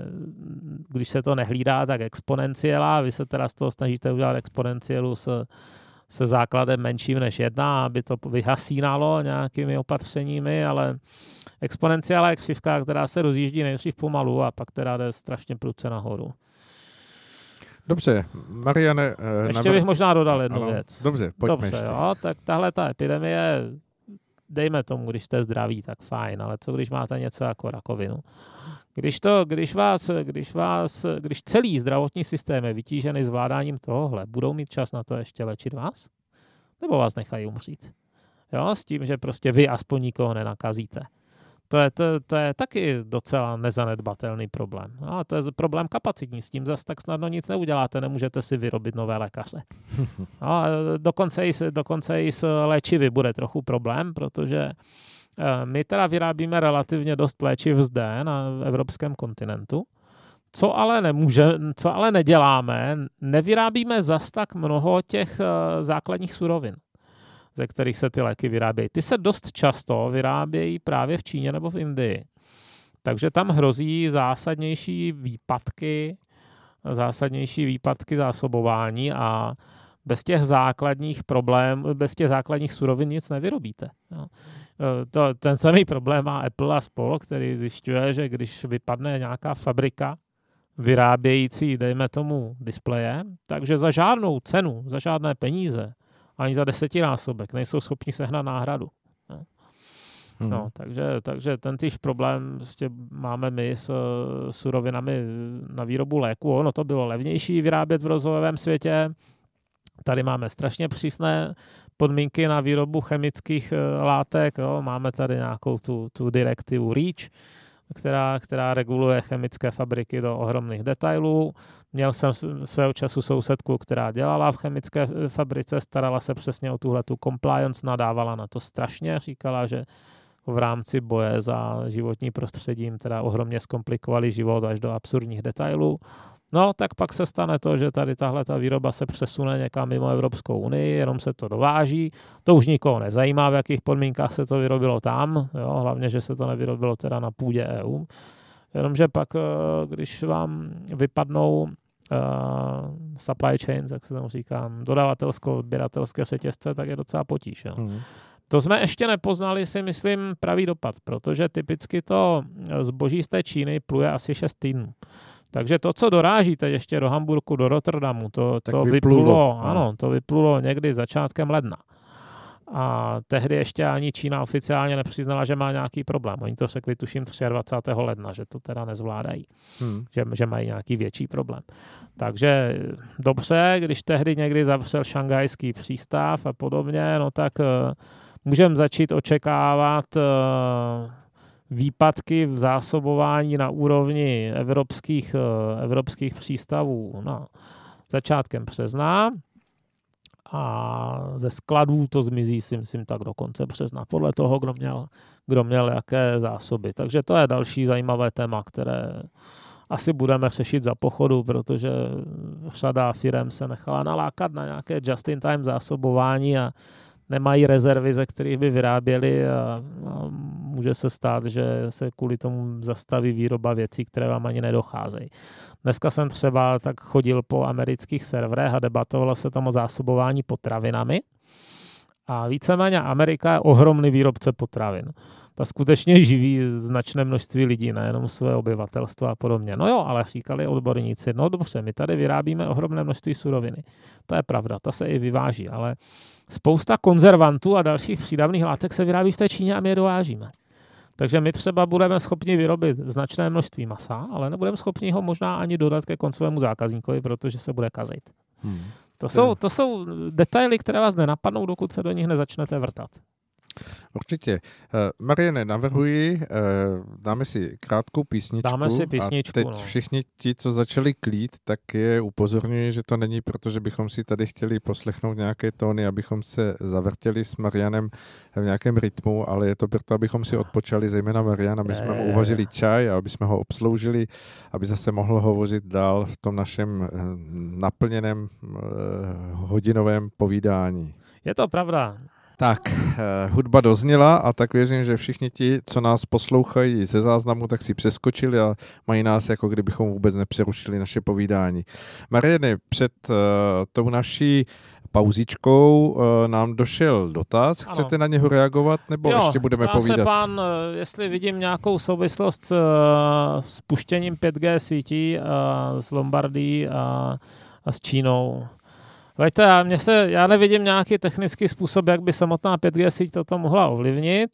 když se to nehlídá, tak exponenciela. Vy se teda z toho snažíte udělat exponencielu s, se základem menším než jedna, aby to vyhasínalo nějakými opatřeními, ale exponenciela je křivka, která se rozjíždí nejdřív pomalu a pak teda jde strašně prudce nahoru. Dobře, Mariane... Ještě nabr... bych možná dodal jednu ano, věc. Dobře, pojďme Dobře, ještě. Jo, tak tahle ta epidemie, dejme tomu, když jste zdraví, tak fajn, ale co když máte něco jako rakovinu? Když to, když vás, když vás, když celý zdravotní systém je vytížený zvládáním tohohle, budou mít čas na to ještě léčit vás? Nebo vás nechají umřít? Jo, s tím, že prostě vy aspoň nikoho nenakazíte. To je, to, to je taky docela nezanedbatelný problém. A to je problém kapacitní, s tím zase tak snadno nic neuděláte, nemůžete si vyrobit nové lékaře. A dokonce, i s, dokonce i s léčivy bude trochu problém, protože my teda vyrábíme relativně dost léčiv zde na evropském kontinentu. Co ale nemůže, co ale neděláme, nevyrábíme zas tak mnoho těch základních surovin, ze kterých se ty léky vyrábějí. Ty se dost často vyrábějí právě v Číně nebo v Indii. Takže tam hrozí zásadnější výpadky, zásadnější výpadky zásobování a bez těch základních problémů, bez těch základních surovin nic nevyrobíte. No. To, ten samý problém má Apple a spol, který zjišťuje, že když vypadne nějaká fabrika vyrábějící, dejme tomu, displeje, takže za žádnou cenu, za žádné peníze, ani za desetinásobek nejsou schopni sehnat náhradu. No, hmm. no takže, takže ten týž problém prostě máme my s surovinami na výrobu léku. Ono to bylo levnější vyrábět v rozvojovém světě. Tady máme strašně přísné podmínky na výrobu chemických látek. Jo. Máme tady nějakou tu, tu direktivu REACH, která, která reguluje chemické fabriky do ohromných detailů. Měl jsem svého času sousedku, která dělala v chemické fabrice, starala se přesně o tuhletu compliance, nadávala na to strašně, říkala, že v rámci boje za životní prostředí jim teda ohromně zkomplikovali život až do absurdních detailů. No, tak pak se stane to, že tady tahle ta výroba se přesune někam mimo Evropskou unii, jenom se to dováží. To už nikoho nezajímá, v jakých podmínkách se to vyrobilo tam, jo, hlavně, že se to nevyrobilo teda na půdě E U. Jenomže pak, když vám vypadnou uh, supply chains, jak se tam říkám, dodavatelsko-odběratelské řetězce, tak je docela potíž. Jo. Mm. To jsme ještě nepoznali, si myslím, pravý dopad, protože typicky to zboží z té Číny pluje asi šest týdnů. Takže to, co doráží teď ještě do Hamburku, do Rotterdamu, to, to vyplulo, vyplulo, ano, to vyplulo někdy začátkem ledna. A tehdy ještě ani Čína oficiálně nepřiznala, že má nějaký problém. Oni to řekli, tuším, dvacátého třetího ledna, že to teda nezvládají, hmm. že, že mají nějaký větší problém. Takže dobře, když tehdy někdy zavřel šanghajský přístav a podobně, no tak uh, můžeme začít očekávat uh, výpadky v zásobování na úrovni evropských, uh, evropských přístavů no, začátkem března. A ze skladů to zmizí, si myslím, tak do konce března, podle toho, kdo měl, kdo měl jaké zásoby. Takže to je další zajímavé téma, které asi budeme řešit za pochodu, protože řada firem se nechala nalákat na nějaké just-in-time zásobování a nemají rezervy, ze kterých by vyráběli a, a může se stát, že se kvůli tomu zastaví výroba věcí, které vám ani nedocházejí. Dneska jsem třeba tak chodil po amerických serverech a debatovalo se tam o zásobování potravinami a víceméně Amerika je ohromný výrobce potravin. Ta skutečně živí značné množství lidí, nejenom své obyvatelstvo a podobně. No jo, ale říkali odborníci, no dobře, my tady vyrábíme ohromné množství suroviny. To je pravda, ta se i vyváží, ale spousta konzervantů a dalších přídavných látek se vyrábí v té Číně a my je dovážíme. Takže my třeba budeme schopni vyrobit značné množství masa, ale nebudeme schopni ho možná ani dodat ke koncovému zákazníkovi, protože se bude kazit. Hmm. To, jsou, to jsou detaily, které vás nenapadnou, dokud se do nich nezačnete vrtat. Určitě. Mariane, navrhuji, dáme si krátkou písničku. Dáme si písničku, a teď no. Všichni ti, co začali klít, tak je upozorňuji, že to není proto, že bychom si tady chtěli poslechnout nějaké tóny, abychom se zavrtěli s Marianem v nějakém rytmu, ale je to proto, abychom si odpočali, zejména Marian, aby jsme mu uvařili čaj a aby jsme ho obsloužili, aby zase mohl hovořit dál v tom našem naplněném hodinovém povídání. Je to pravda. Tak, eh, hudba dozněla a tak věřím, že všichni ti, co nás poslouchají ze záznamu, tak si přeskočili a mají nás, jako kdybychom vůbec nepřerušili naše povídání. Mariane, před eh, tou naší pauzičkou uh, nám došel dotaz. Chcete ano. na něho reagovat, nebo jo, ještě budeme povídat? Jo, se pán, jestli vidím nějakou souvislost s uh, spuštěním pět G sítí uh, s Lombardií a, a s Čínou. Víte, já, mě se, já nevidím nějaký technický způsob, jak by samotná pět G síť toto mohla ovlivnit.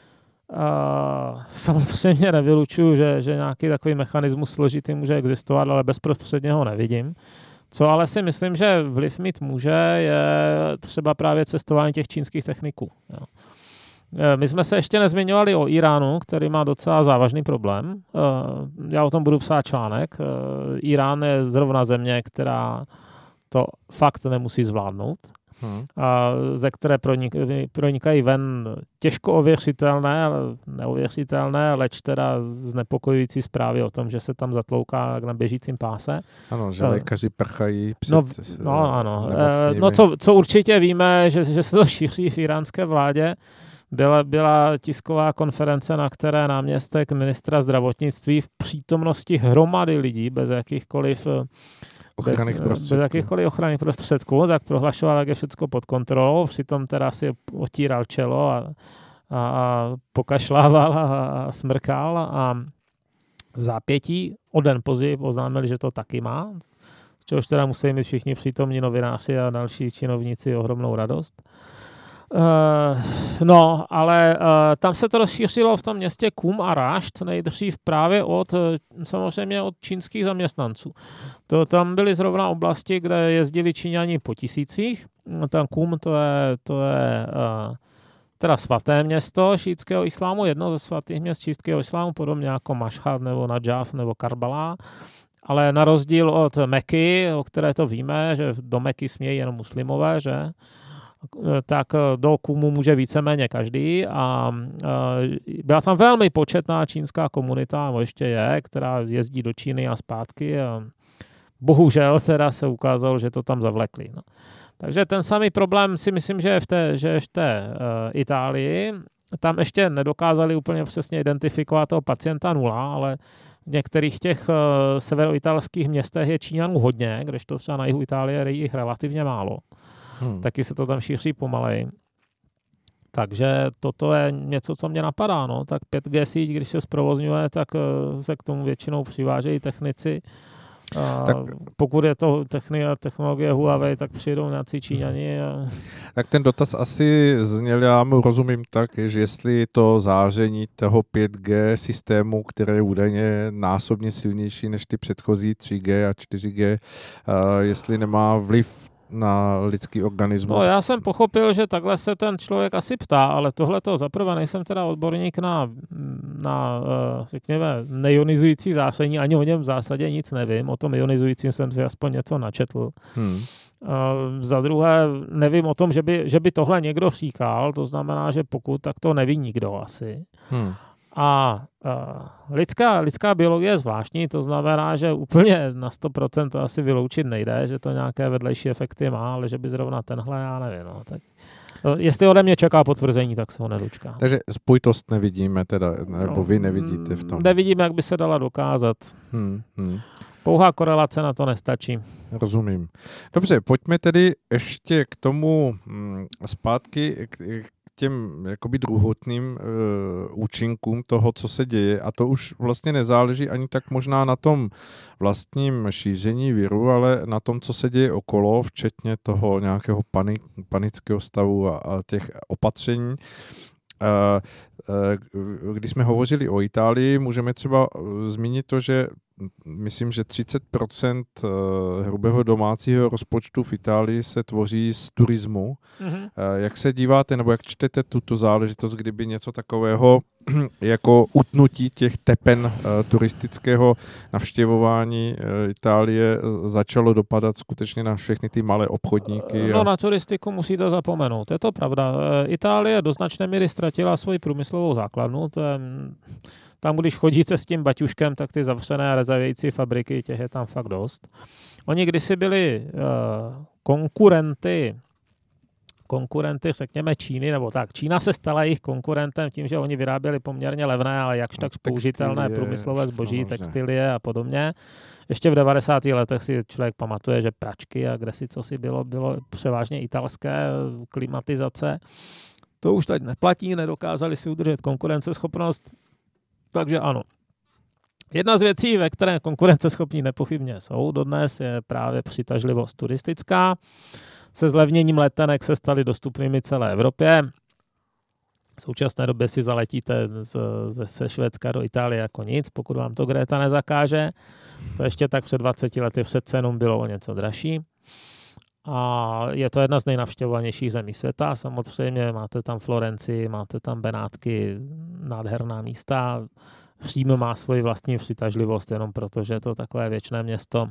Uh, samozřejmě nevylučuju, že, že nějaký takový mechanismus složitý může existovat, ale bezprostředně ho nevidím. Co ale si myslím, že vliv mít může, je třeba právě cestování těch čínských techniků. Jo. My jsme se ještě nezmiňovali o Iránu, který má docela závažný problém. Já o tom budu psát článek. Irán je zrovna země, která to fakt nemusí zvládnout. Hmm. A ze které pronik- pronikají ven těžko ověřitelné, neověřitelné, leč teda znepokojující zprávy o tom, že se tam zatlouká na běžícím páse. Ano, že lékaři prchají před no, no, ano. No, co, co určitě víme, že, že se to šíří v iránské vládě. Byla, byla tisková konference, na které náměstek ministra zdravotnictví v přítomnosti hromady lidí bez jakýchkoliv ochranných bez, bez jakýchkoliv ochranných prostředků, tak prohlašoval, jak je všechno pod kontrolou, přitom teda si otíral čelo a, a, a pokašlával a, a smrkal a v zápětí o den později oznámili, že to taky má, z čehož teda musí mít všichni přítomní novináři a další činovníci ohromnou radost. Uh, no, ale uh, tam se to rozšířilo v tom městě Kum a Rašt nejdřív právě od, samozřejmě od čínských zaměstnanců. To tam byly zrovna oblasti, kde jezdili Číňani po tisících. Tam Kum to je, to je uh, teda svaté město šítského islámu, jedno ze svatých měst šítského islámu, podobně jako Mašhad nebo Nadžaf nebo Karbala. Ale na rozdíl od Meky, o které to víme, že do Meky smějí jenom muslimové, že? Tak do Kumu může víceméně každý a byla tam velmi početná čínská komunita, nebo ještě je, která jezdí do Číny a zpátky a bohužel teda se ukázalo, že to tam zavlekli. No. Takže ten samý problém si myslím, že je v té, že je v té uh, Itálii. Tam ještě nedokázali úplně přesně identifikovat toho pacienta nula, ale v některých těch uh, severoitalských městech je Číňanů hodně, kdežto třeba na jihu Itálie je jich relativně málo. Hmm. Taky se to tam šíří pomalej. Takže toto je něco, co mě napadá. No. Tak pět G síť, když se zprovozňuje, tak uh, se k tomu většinou přivážejí technici. A tak, pokud je to technologie Huawei, tak přijdou nějací Číňani. A... Tak ten dotaz asi zněl, já mu rozumím tak, že jestli to záření toho pět G systému, které je údajně násobně silnější než ty předchozí tři G a čtyři G, jestli nemá vliv na lidský organismus. No, já jsem pochopil, že takhle se ten člověk asi ptá, ale tohle to zaprvé nejsem teda odborník na, na řekněme, neionizující záření, ani o něm v zásadě nic nevím. O tom ionizujícím jsem si aspoň něco načetl. Hmm. Za druhé, nevím o tom, že by, že by tohle někdo říkal, to znamená, že pokud, tak to neví nikdo asi. Hmm. A uh, lidská, lidská biologie je zvláštní, to znamená, že úplně na sto procent to asi vyloučit nejde, že to nějaké vedlejší efekty má, ale že by zrovna tenhle, já nevím. No, tak, jestli ode mě čeká potvrzení, tak se ho nedočká. Takže spojitost nevidíme teda, nebo vy nevidíte v tom. Nevidíme, jak by se dala dokázat. Hmm, hmm. Pouhá korelace na to nestačí. Rozumím. Dobře, pojďme tedy ještě k tomu hm, zpátky, k, těm jakoby druhotným uh, účinkům toho, co se děje. A to už vlastně nezáleží ani tak možná na tom vlastním šíření viru, ale na tom, co se děje okolo, včetně toho nějakého panik, panického stavu a, a těch opatření. Uh, uh, když jsme hovořili o Itálii, můžeme třeba zmínit to, že myslím, že třicet procent hrubého domácího rozpočtu v Itálii se tvoří z turismu. Mm-hmm. Jak se díváte, nebo jak čtete tuto záležitost, kdyby něco takového jako utnutí těch tepen turistického navštěvování Itálie začalo dopadat skutečně na všechny ty malé obchodníky? No, a... na turistiku musíte zapomenout. Je to pravda. Itálie do značné míry ztratila svoji průmyslovou základnu. To je... Tam, když chodíte s tím baťuškem, tak ty zavřené a rezavějící fabriky, těch je tam fakt dost. Oni kdysi byli uh, konkurenty, konkurenty, řekněme Číny, nebo tak. Čína se stala jejich konkurentem tím, že oni vyráběli poměrně levné, ale jakž tak použitelné průmyslové zboží, no, textilie a podobně. Ještě v devadesátých letech si člověk pamatuje, že pračky a kde si co si bylo, bylo převážně italské klimatizace. To už teď neplatí, nedokázali si udržet konkurenceschopnost. Takže ano. Jedna z věcí, ve které konkurenceschopní nepochybně jsou dodnes, je právě přitažlivost turistická. Se zlevněním letenek se staly dostupnými celé Evropě. V současné době si zaletíte ze Švédska do Itálie jako nic, pokud vám to Greta nezakáže. To ještě tak před dvaceti lety před cenou bylo o něco dražší. A je to jedna z nejnavštěvovanějších zemí světa. Samozřejmě máte tam Florencii, máte tam Benátky, nádherná místa. Řím má svoji vlastní přitažlivost jenom proto, že je to takové věčné město.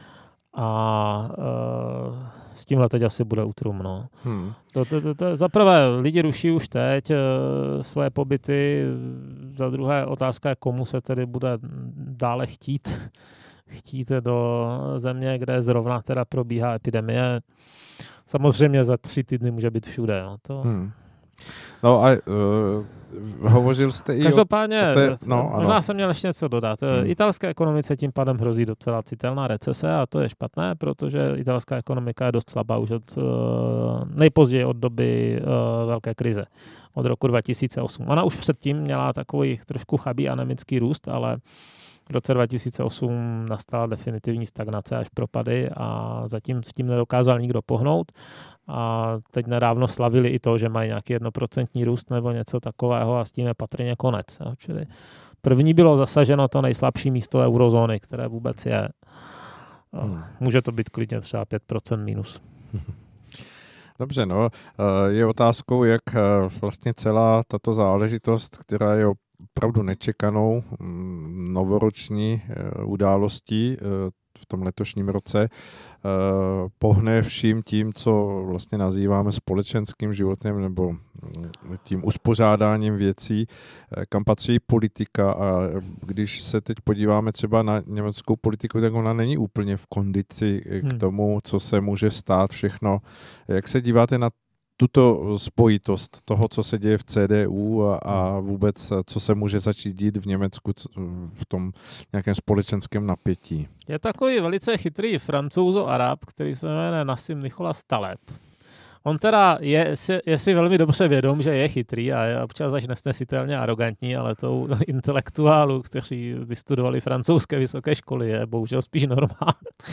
A e, s tímhle teď asi bude utrum. No. Hmm. To, to, to, to, za prvé, lidi ruší už teď e, svoje pobyty. Za druhé, otázka je, komu se tedy bude dále chtít. chtít do země, kde zrovna teda probíhá epidemie. Samozřejmě za tři týdny může být všude. No, to... hmm. no a uh, hovořil jste i Každopádně, o té... no, možná ano. jsem měl ještě něco dodat. Hmm. Italské ekonomice tím pádem hrozí docela citelná recese a to je špatné, protože italská ekonomika je dost slabá už od uh, nejpozději od doby uh, velké krize, od roku dva tisíce osm. Ona už předtím měla takový trošku chabý anemický růst, ale v roce dva tisíce osm nastala definitivní stagnace až propady a zatím s tím nedokázal nikdo pohnout. A teď nedávno slavili i to, že mají nějaký jednoprocentní růst nebo něco takového a s tím je patrně konec. Čili první bylo zasaženo to nejslabší místo eurozóny, které vůbec je. Může to být klidně třeba pět procent minus. Dobře, no, je otázkou, jak vlastně celá tato záležitost, která je opravdu nečekanou novoroční událostí v tom letošním roce, pohne vším tím, co vlastně nazýváme společenským životem nebo tím uspořádáním věcí, kam patří politika, a když se teď podíváme třeba na německou politiku, tak ona není úplně v kondici k tomu, co se může stát všechno. Jak se díváte na tuto spojitost toho, co se děje v C D U a, a vůbec, co se může začít dít v Německu v tom nějakém společenském napětí? Je takový velice chytrý Francouzo-Arab, který se jmenuje Nassim Nicholas Taleb. On teda je, je si velmi dobře vědom, že je chytrý a je občas až nesnesitelně arrogantní, ale tou intelektuálů, kteří vystudovali francouzské vysoké školy, je bohužel spíš normál.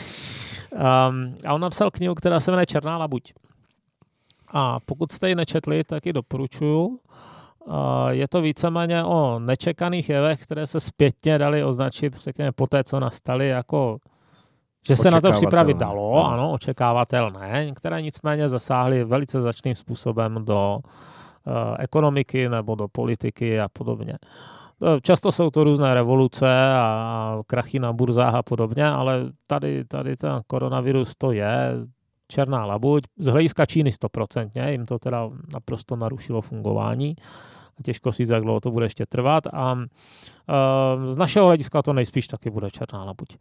Um, a on napsal knihu, která se jmenuje Černá labuť. A pokud jste ji nečetli, tak ji doporučuju. Je to víceméně o nečekaných jevech, které se zpětně dali označit, řekněme, po té, co nastaly, jako že se na to připravit dalo, no. Ano, očekávatelné. Některé nicméně zasáhly velice značným způsobem do uh, ekonomiky nebo do politiky a podobně. Často jsou to různé revoluce a krachy na burzách a podobně, ale tady, tady ten koronavirus to je černá labuť. Z hlediska Číny stoprocentně, jim to teda naprosto narušilo fungování. Těžko si jak dlouho to bude ještě trvat. A uh, z našeho hlediska to nejspíš taky bude černá labuť.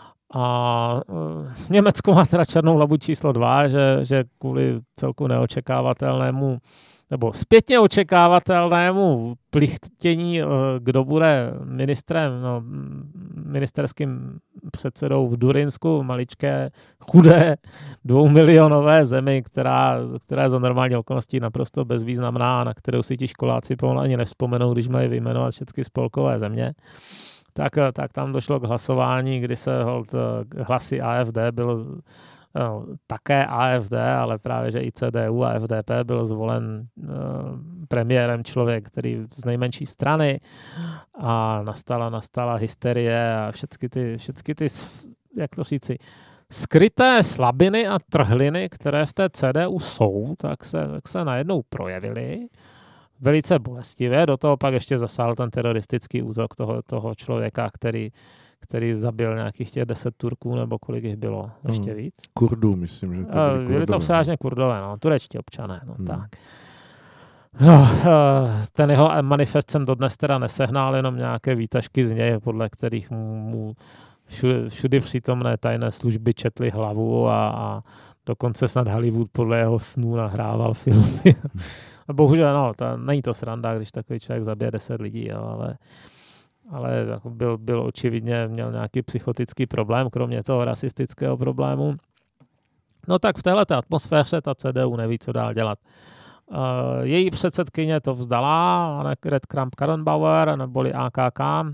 A uh, Německo má teda černou labuť číslo dva, že, že kvůli celku neočekávatelnému nebo zpětně očekávatelnému plichtění, kdo bude ministrem, no, ministerským předsedou v Durinsku, maličké, chudé, dvoumilionové zemi, která, která je za normální okolností naprosto bezvýznamná, na kterou si ti školáci pomalu ani nevzpomenou, když mají vyjmenovat všechny spolkové země. Tak, tak tam došlo k hlasování, kdy se hold, hlasy A F D byl no, také A F D, ale právě že i C D U a F D P byl zvolen uh, premiérem člověk, který z nejmenší strany, a nastala, nastala hysterie a všechny ty, všechny ty, jak to říci, skryté slabiny a trhliny, které v té C D U jsou, tak se, tak se najednou projevily velice bolestivě. Do toho pak ještě zasáhl ten teroristický útok toho, toho člověka, který který zabil nějakých těch deset Turků, nebo kolik jich bylo, ještě hmm. víc. Kurdů, myslím, že to byli Kurdové. Byli to převážně Kurdové, no, turečtí občané, no, hmm. tak. No, ten jeho manifest jsem dodnes teda nesehnal, jenom nějaké výtažky z něj, podle kterých mu všude, všudy přítomné tajné služby četly hlavu a, a dokonce snad Hollywood podle jeho snů nahrával filmy. A bohužel, no, ta, není to sranda, když takový člověk zabije deset lidí, jo, ale ale jako byl, byl očividně, měl nějaký psychotický problém, kromě toho rasistického problému. No tak v téhleté atmosféře ta C D U neví, co dál dělat. Uh, její předsedkyně to vzdala, Annegret Kramp-Karrenbauer, neboli A K K.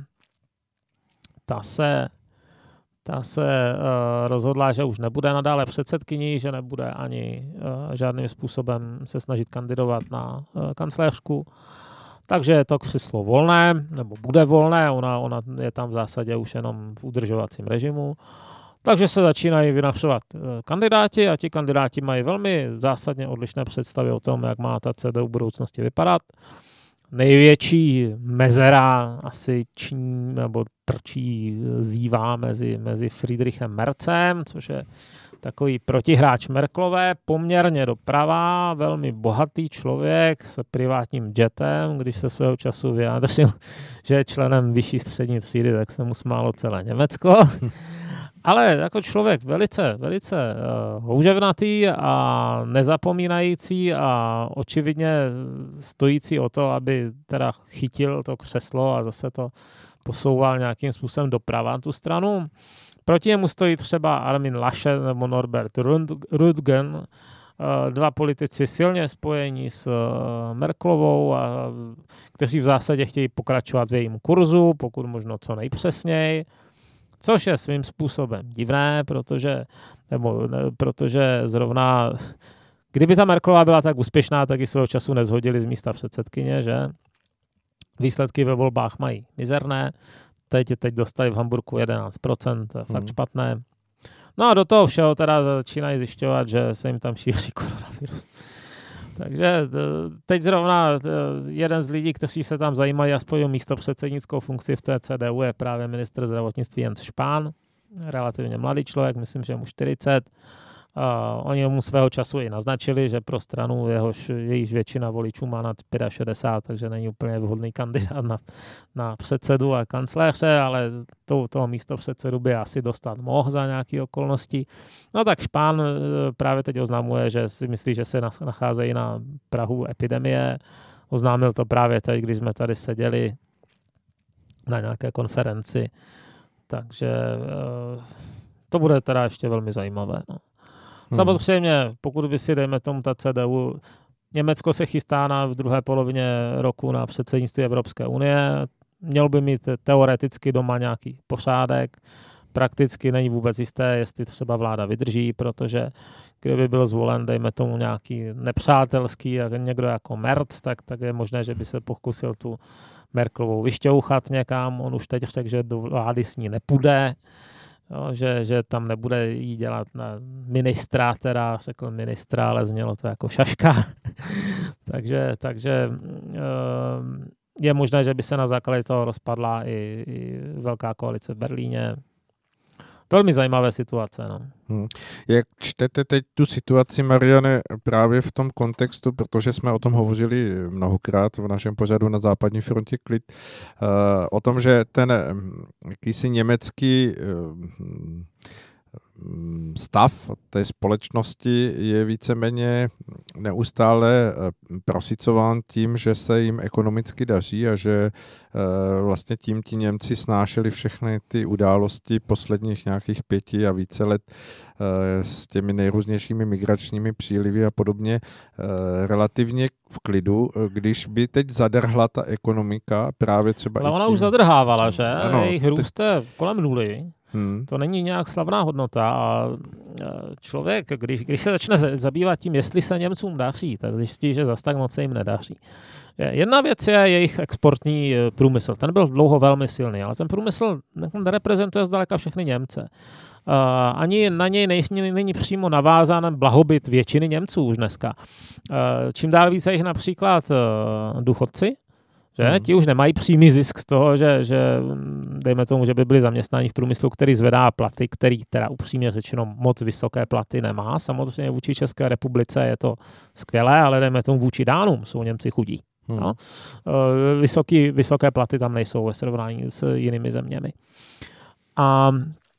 Ta se, ta se uh, rozhodla, že už nebude nadále předsedkyní, že nebude ani uh, žádným způsobem se snažit kandidovat na uh, kancléřku. Takže je to křeslo volné, nebo bude volné, ona, ona je tam v zásadě už jenom v udržovacím režimu. Takže se začínají vynašovat kandidáti a ti kandidáti mají velmi zásadně odlišné představy o tom, jak má ta C D U v budoucnosti vypadat. Největší mezera asi ční, nebo trčí, zívá mezi, mezi Friedrichem Merzem, což je takový protihráč Merkelové, poměrně doprava, velmi bohatý člověk s privátním jetem. Když se svého času vyjádřil, že je členem vyšší střední třídy, tak se mu smálo celé Německo. Ale jako člověk velice, velice uh, houževnatý a nezapomínající a očividně stojící o to, aby teda chytil to křeslo a zase to posouval nějakým způsobem doprava tu stranu. Proti němu stojí třeba Armin Laschet nebo Norbert Röttgen, dva politici silně spojení s Merkelovou, a kteří v zásadě chtějí pokračovat v jejím kurzu, pokud možno co nejpřesněji, což je svým způsobem divné, protože, nebo, ne, protože zrovna, kdyby ta Merkelová byla tak úspěšná, tak ji svého času nezhodili z místa předsedkyně, že výsledky ve volbách mají mizerné. Teď, teď dostali v Hamburku jedenáct procent, fakt hmm. špatné. No a do toho všeho teda začínají zjišťovat, že se jim tam šíří koronavirus. Takže teď zrovna jeden z lidí, kteří se tam zajímají aspoň o místopředsednickou funkci v té C D U, je právě ministr zdravotnictví Jens Spahn, relativně mladý člověk, myslím, že mu čtyřicet. Uh, oni mu svého času i naznačili, že pro stranu jehož, jejíž většina voličů má nad šedesát pět, takže není úplně vhodný kandidát na, na předsedu a kancléře, ale to, toho místo předsedu by asi dostat mohl za nějaké okolnosti. No tak Spahn právě teď oznamuje, že si myslí, že se nacházejí na prahu epidemie. Oznámil to právě teď, když jsme tady seděli na nějaké konferenci. Takže uh, to bude teda ještě velmi zajímavé. No. Samozřejmě, pokud by si, dejme tomu, ta C D U, Německo se chystá na v druhé polovině roku na předsednictví Evropské unie, měl by mít teoreticky doma nějaký pořádek, prakticky není vůbec jisté, jestli třeba vláda vydrží, protože kdyby byl zvolen, dejme tomu, nějaký nepřátelský, někdo jako Merz, tak, tak je možné, že by se pokusil tu Merkelovou vyšťouchat někam, on už teď řekl, že do vlády s ní nepůjde. Jo, že, že tam nebude jí dělat na ministra, teda řekl ministra, ale znělo to jako šaška. takže takže je možné, že by se na základě toho rozpadla i, i velká koalice v Berlíně. Velmi zajímavé situace. No. Hmm. Jak čtete teď tu situaci, Mariane, právě v tom kontextu, protože jsme o tom hovořili mnohokrát v našem pořadu Na západní frontě klid, uh, o tom, že ten jakýsi německý uh, stav té společnosti je víceméně neustále prosicován tím, že se jim ekonomicky daří a že vlastně tím ti Němci snášeli všechny ty události posledních nějakých pěti a více let s těmi nejrůznějšími migračními přílivy a podobně relativně v klidu, když by teď zadrhla ta ekonomika právě třeba... Ale ona tím... už zadrhávala, že? Ano, jejich růst je kolem nuly. Hmm. To není nějak slavná hodnota a člověk, když, když se začne zabývat tím, jestli se Němcům daří, tak zjistí, že zas tak moc se jim nedaří. Jedna věc je jejich exportní průmysl. Ten byl dlouho velmi silný, ale ten průmysl nereprezentuje zdaleka všechny Němce. Ani na něj není, není přímo navázán blahobyt většiny Němců už dneska. Čím dál více jich například důchodci, že? Hmm. Ti už nemají přímý zisk z toho, že, že dejme tomu, že by byli zaměstnáni v průmyslu, který zvedá platy, který teda upřímně řečeno moc vysoké platy nemá. Samozřejmě vůči České republice je to skvělé, ale dejme tomu vůči Dánům jsou Němci chudí. Hmm. No? Vysoký, vysoké platy tam nejsou ve srovnání s jinými zeměmi. A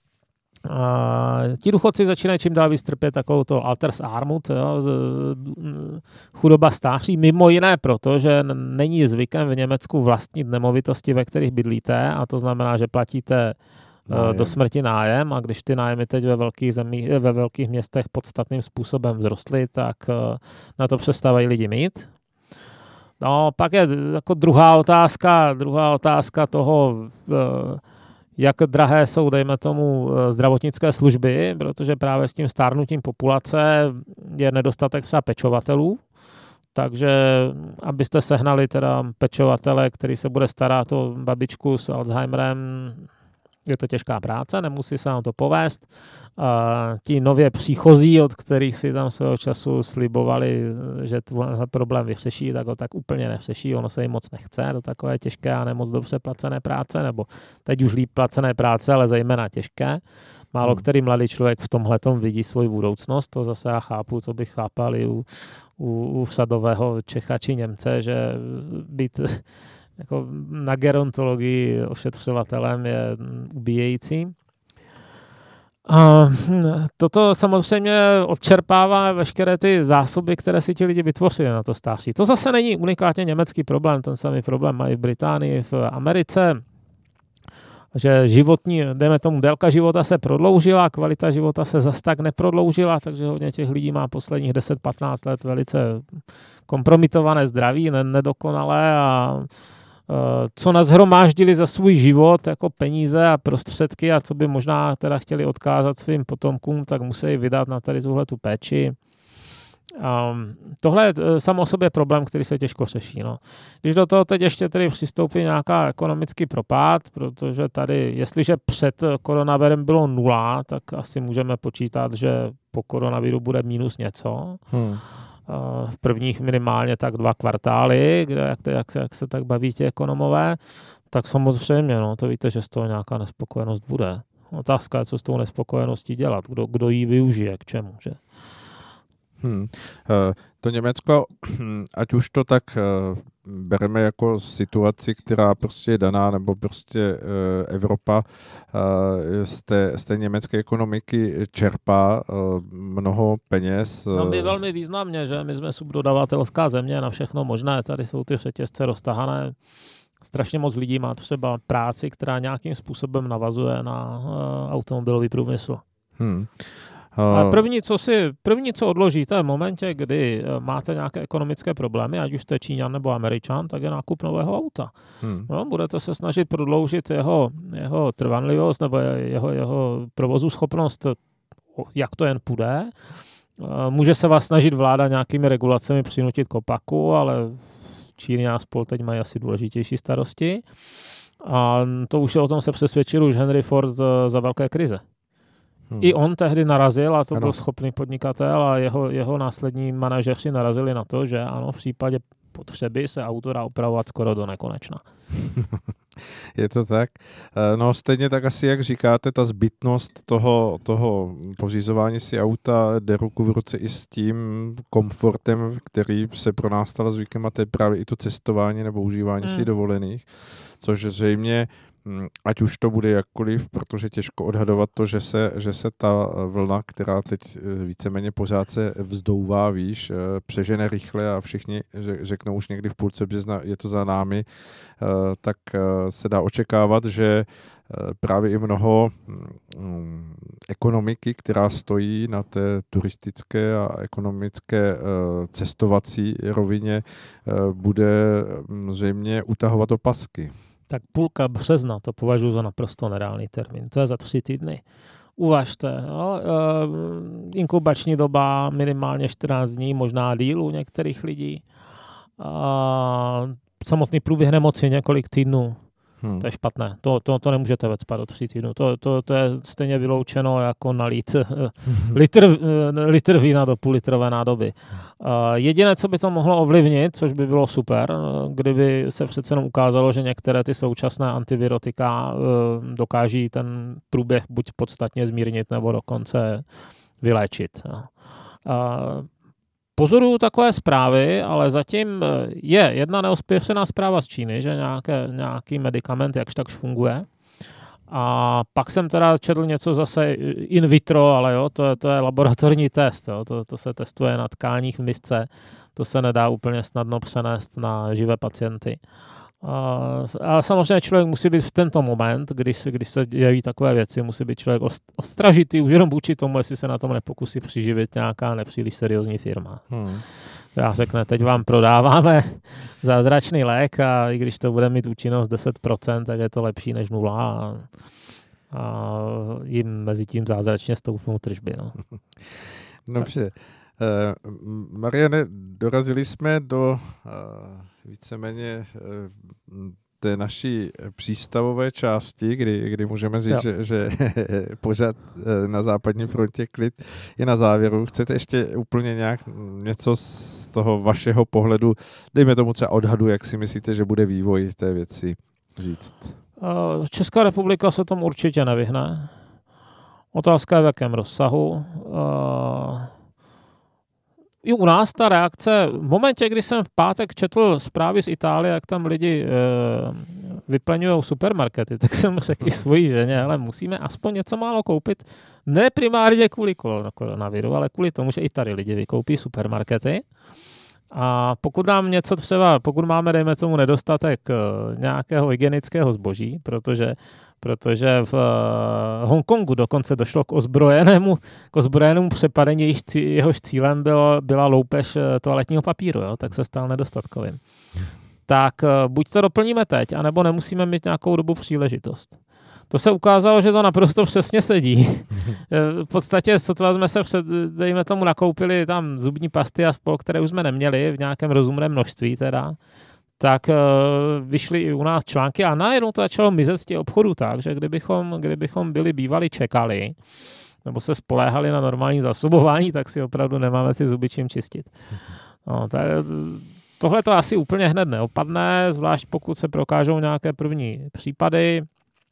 Uh, ti důchodci začínají čím dál víc trpět takovou to Altersarmut, jo, z, chudoba stáří, mimo jiné proto, že není zvykem v Německu vlastnit nemovitosti, ve kterých bydlíte, a to znamená, že platíte uh, do smrti nájem, a když ty nájmy teď ve velkých, zemí, ve velkých městech podstatným způsobem vzrostly, tak uh, na to přestávají lidi mít. No, pak je jako druhá otázka, druhá otázka toho, uh, jak drahé jsou, dejme tomu, zdravotnické služby, protože právě s tím stárnutím populace je nedostatek třeba pečovatelů, takže abyste sehnali teda pečovatele, který se bude starat o babičku s Alzheimerem, je to těžká práce, nemusí se nám to povést. A ti nově příchozí, od kterých si tam svého času slibovali, že ten problém vyřeší, tak ho tak úplně neřeší, ono se jim moc nechce do takové těžké a nemoc dobře placené práce, nebo teď už líp placené práce, ale zejména těžké. Málo hmm. který mladý člověk v tomhletom vidí svoji budoucnost, to zase já chápu, co bych chápal i u, u, u vsadového Čecha či Němce, že být jako na gerontologii ošetřovatelem je ubíjející. A toto samozřejmě odčerpává veškeré ty zásoby, které si ti lidi vytvořili na to stáří. To zase není unikátně německý problém, ten samý problém mají v Británii, v Americe, že životní, dejme tomu, délka života se prodloužila, kvalita života se zas tak neprodloužila, takže hodně těch lidí má posledních deset patnáct let velice kompromitované zdraví, nedokonalé, a co nashromáždili za svůj život jako peníze a prostředky a co by možná teda chtěli odkázat svým potomkům, tak musí vydat na tady tuhle tu péči. Um, tohle je samo o sobě problém, který se těžko řeší. No. Když do toho teď ještě tedy přistoupí nějaká ekonomický propad, protože tady, jestliže před koronavirem bylo nula, tak asi můžeme počítat, že po koronaviru bude minus něco. Hmm. V prvních minimálně tak dva kvartály, kde, jak, jak, se, jak se tak baví ti ekonomové, tak samozřejmě, no, to víte, že z toho nějaká nespokojenost bude. Otázka je, co s tou nespokojeností dělat, kdo, kdo ji využije, k čemu, že? Hmm. To Německo, ať už to tak bereme jako situaci, která prostě je daná, nebo prostě Evropa z té, z té německé ekonomiky čerpá mnoho peněz. No my velmi významně, že my jsme subdodavatelská země na všechno možné, tady jsou ty řetězce roztahané. Strašně moc lidí má třeba práci, která nějakým způsobem navazuje na automobilový průmysl. Hmm. A první, co si, první, co odložíte v momentě, kdy máte nějaké ekonomické problémy, ať už jste Číňan nebo Američan, tak je nákup nového auta. Hmm. No, budete se snažit prodloužit jeho, jeho trvanlivost nebo jeho, jeho provozu schopnost, jak to jen půjde. Může se vás snažit vláda nějakými regulacemi přinutit k opaku, ale Číny a spol teď mají asi důležitější starosti. A to už o tom se přesvědčil už Henry Ford za velké krize. Hmm. I on tehdy narazil, a to ano. byl schopný podnikatel, a jeho, jeho následní manažeři narazili na to, že ano, v případě potřeby se auto dá opravovat skoro do nekonečna. Je to tak? No stejně tak asi, jak říkáte, ta zbytnost toho, toho pořizování si auta jde ruku v ruce i s tím komfortem, který se pro nás stal zvykem, a to je právě i to cestování nebo užívání hmm. si dovolených, což zřejmě ať už to bude jakkoliv, protože těžko odhadovat to, že se, že se ta vlna, která teď víceméně pořád se vzdouvá, víš, přežene rychle a všichni řeknou už někdy v půlce března, je to za námi, tak se dá očekávat, že právě i mnoho ekonomiky, která stojí na té turistické a ekonomické cestovací rovině, bude zřejmě utahovat opasky. Tak půlka března, to považuji za naprosto nereálný termín. To je za tři týdny. Uvažte, jo, inkubační doba minimálně čtrnáct dní, možná díl u některých lidí. A samotný průběh nemoci několik týdnů. Hmm. To je špatné. To, to, to nemůžete vecpat do tří týdnů. To, to, to je stejně vyloučeno jako nalít litr, litr vína do půllitrové nádoby. Uh, jediné, co by to mohlo ovlivnit, což by bylo super, kdyby se přece jenom ukázalo, že některé ty současné antivirotika uh, dokáží ten průběh buď podstatně zmírnit, nebo dokonce vyléčit. Uh, Pozoruju takové zprávy, ale zatím je jedna neúspěšná zpráva z Číny, že nějaké, nějaký medicament jakž takž funguje. A pak jsem teda četl něco zase in vitro, ale jo, to je, to je laboratorní test, jo, to, to se testuje na tkáních v misce, to se nedá úplně snadno přenést na živé pacienty. A, a samozřejmě člověk musí být v tento moment, když, když se dějí takové věci, musí být člověk ostražitý už jenom vůči tomu, jestli se na tom nepokusí přiživit nějaká nepříliš seriózní firma. Hmm. Já řekne, teď vám prodáváme zázračný lék a i když to bude mít účinnost deset procent, tak je to lepší než nula a, a jim mezi tím zázračně stoupnou tržby. No. Dobře. Uh, Mariane, dorazili jsme do uh, víceméně uh, té naší přístavové části, kdy, kdy můžeme říct, že, že pořád na západní frontě klid je na závěru. Chcete ještě úplně nějak něco z toho vašeho pohledu, dejme tomu třeba odhadu, jak si myslíte, že bude vývoj té věci říct? Uh, Česká republika se tomu určitě nevyhne. Otázka je v jakém rozsahu. Uh, I u nás ta reakce, v momentě, kdy jsem v pátek četl zprávy z Itálie, jak tam lidi e, vyplňují supermarkety, tak jsem řekl i svojí ženě, ale musíme aspoň něco málo koupit, ne primárně kvůli koronaviru, ale kvůli tomu, že i tady lidi vykoupí supermarkety. A pokud nám něco třeba, pokud máme, dejme tomu, nedostatek nějakého hygienického zboží, protože, protože v uh, Hongkongu dokonce došlo k ozbrojenému, k ozbrojenému přepadení, jehož, cí, jehož cílem bylo, byla loupež toaletního papíru, jo, tak se stal nedostatkovým. Tak uh, buď to doplníme teď, anebo nemusíme mít nějakou dobu příležitost. To se ukázalo, že to naprosto přesně sedí. V podstatě, sotva jsme se před, dejme tomu, nakoupili tam zubní pasty a spol, které už jsme neměli v nějakém rozumném množství teda, tak uh, vyšly i u nás články a najednou to začalo mizet z těch obchodů tak, že kdybychom, kdybychom byli bývali čekali, nebo se spoléhali na normální zásobování, tak si opravdu nemáme ty zuby čím čistit. No, tak, tohle to asi úplně hned neopadne, zvlášť pokud se prokážou nějaké první případy.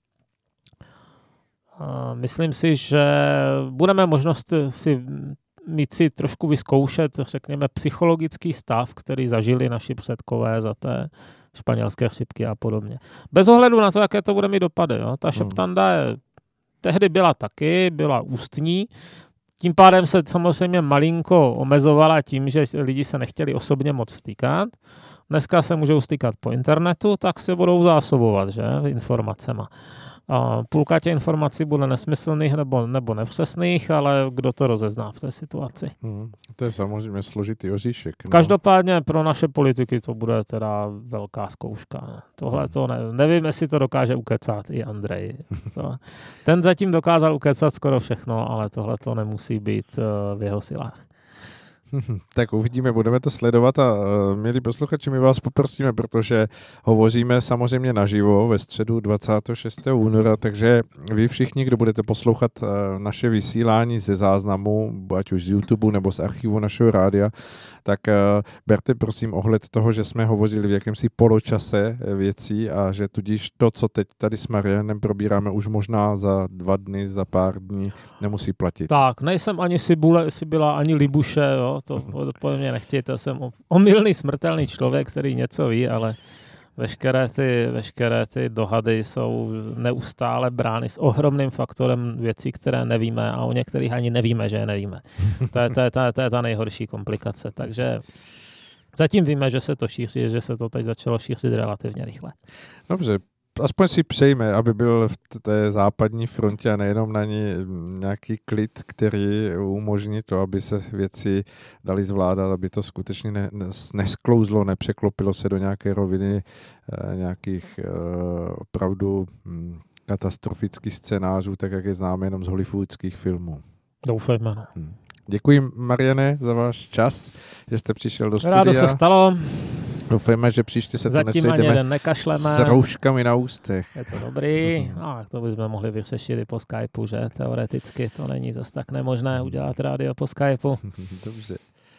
Uh, myslím si, že budeme možnost si mít si trošku vyzkoušet, řekněme, psychologický stav, který zažili naši předkové za té španělské chřipky a podobně. Bez ohledu na to, jaké to bude mít dopady. Jo. Ta šeptanda je, tehdy byla taky, byla ústní, tím pádem se samozřejmě malinko omezovala tím, že lidi se nechtěli osobně moc stýkat. Dneska se můžou stýkat po internetu, tak se budou zásobovat, že, informacema. A půlka těch informací bude nesmyslných nebo, nebo nepřesných, ale kdo to rozezná v té situaci. Hmm, to je samozřejmě složitý oříšek. No. Každopádně pro naše politiky to bude teda velká zkouška. Tohle to ne, nevím, jestli to dokáže ukecat i Andrej. To, ten zatím dokázal ukecat skoro všechno, ale tohle to nemusí být v jeho silách. Tak uvidíme, budeme to sledovat a uh, milí posluchači, my vás poprosíme, protože hovoříme samozřejmě naživo ve středu dvacátého šestého února, takže vy všichni, kdo budete poslouchat uh, naše vysílání ze záznamu, ať už z YouTube nebo z archivu našeho rádia, tak uh, berte prosím ohled toho, že jsme hovořili v jakémsi poločase věcí a že tudíž to, co teď tady s Marianem probíráme, už možná za dva dny, za pár dní nemusí platit. Tak, nejsem ani Sibule, Sibila, ani Libuše, jo. To po mě nechtějte, jsem omylný smrtelný člověk, který něco ví, ale veškeré ty, veškeré ty dohady jsou neustále brány s ohromným faktorem věcí, které nevíme a o některých ani nevíme, že je nevíme. To je, to je, to je, to je ta nejhorší komplikace, takže zatím víme, že se to šíří, že se to teď začalo šířit relativně rychle. Dobře. Aspoň si přejme, aby byl v té západní frontě a nejenom na ní nějaký klid, který umožní to, aby se věci daly zvládat, aby to skutečně ne, nesklouzlo, nepřeklopilo se do nějaké roviny eh, nějakých eh, opravdu hm, katastrofických scénářů, tak jak je známe jenom z hollywoodských filmů. Doufejme. No. Hm. Děkuji, Mariane, za váš čas, že jste přišel do studia. Rádo se stalo. Doufejme, že příště se zatím to nesejdeme s rouškami na ústech. Je to dobrý. No, to bychom mohli vyřešit i po Skypeu, že? Teoreticky to není zas tak nemožné udělat rádio po Skypeu. Dobře.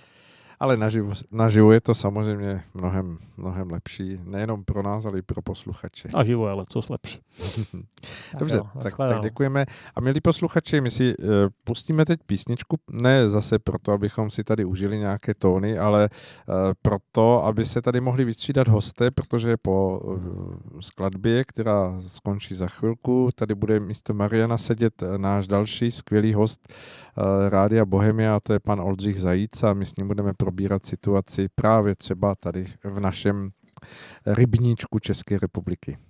Ale naživo, naživo je to samozřejmě mnohem, mnohem lepší. Nejenom pro nás, ale i pro posluchače. Naživo je lecos lepší. Dobře, tak, tak, tak děkujeme. A milí posluchači, my si uh, pustíme teď písničku, ne zase proto, abychom si tady užili nějaké tóny, ale uh, proto, aby se tady mohli vystřídat hosté, protože po uh, skladbě, která skončí za chvilku, tady bude místo Mariana sedět náš další skvělý host uh, Rádia Bohemia, a to je pan Oldřich Zajíc, a my s ním budeme probírat situaci právě třeba tady v našem rybníčku České republiky.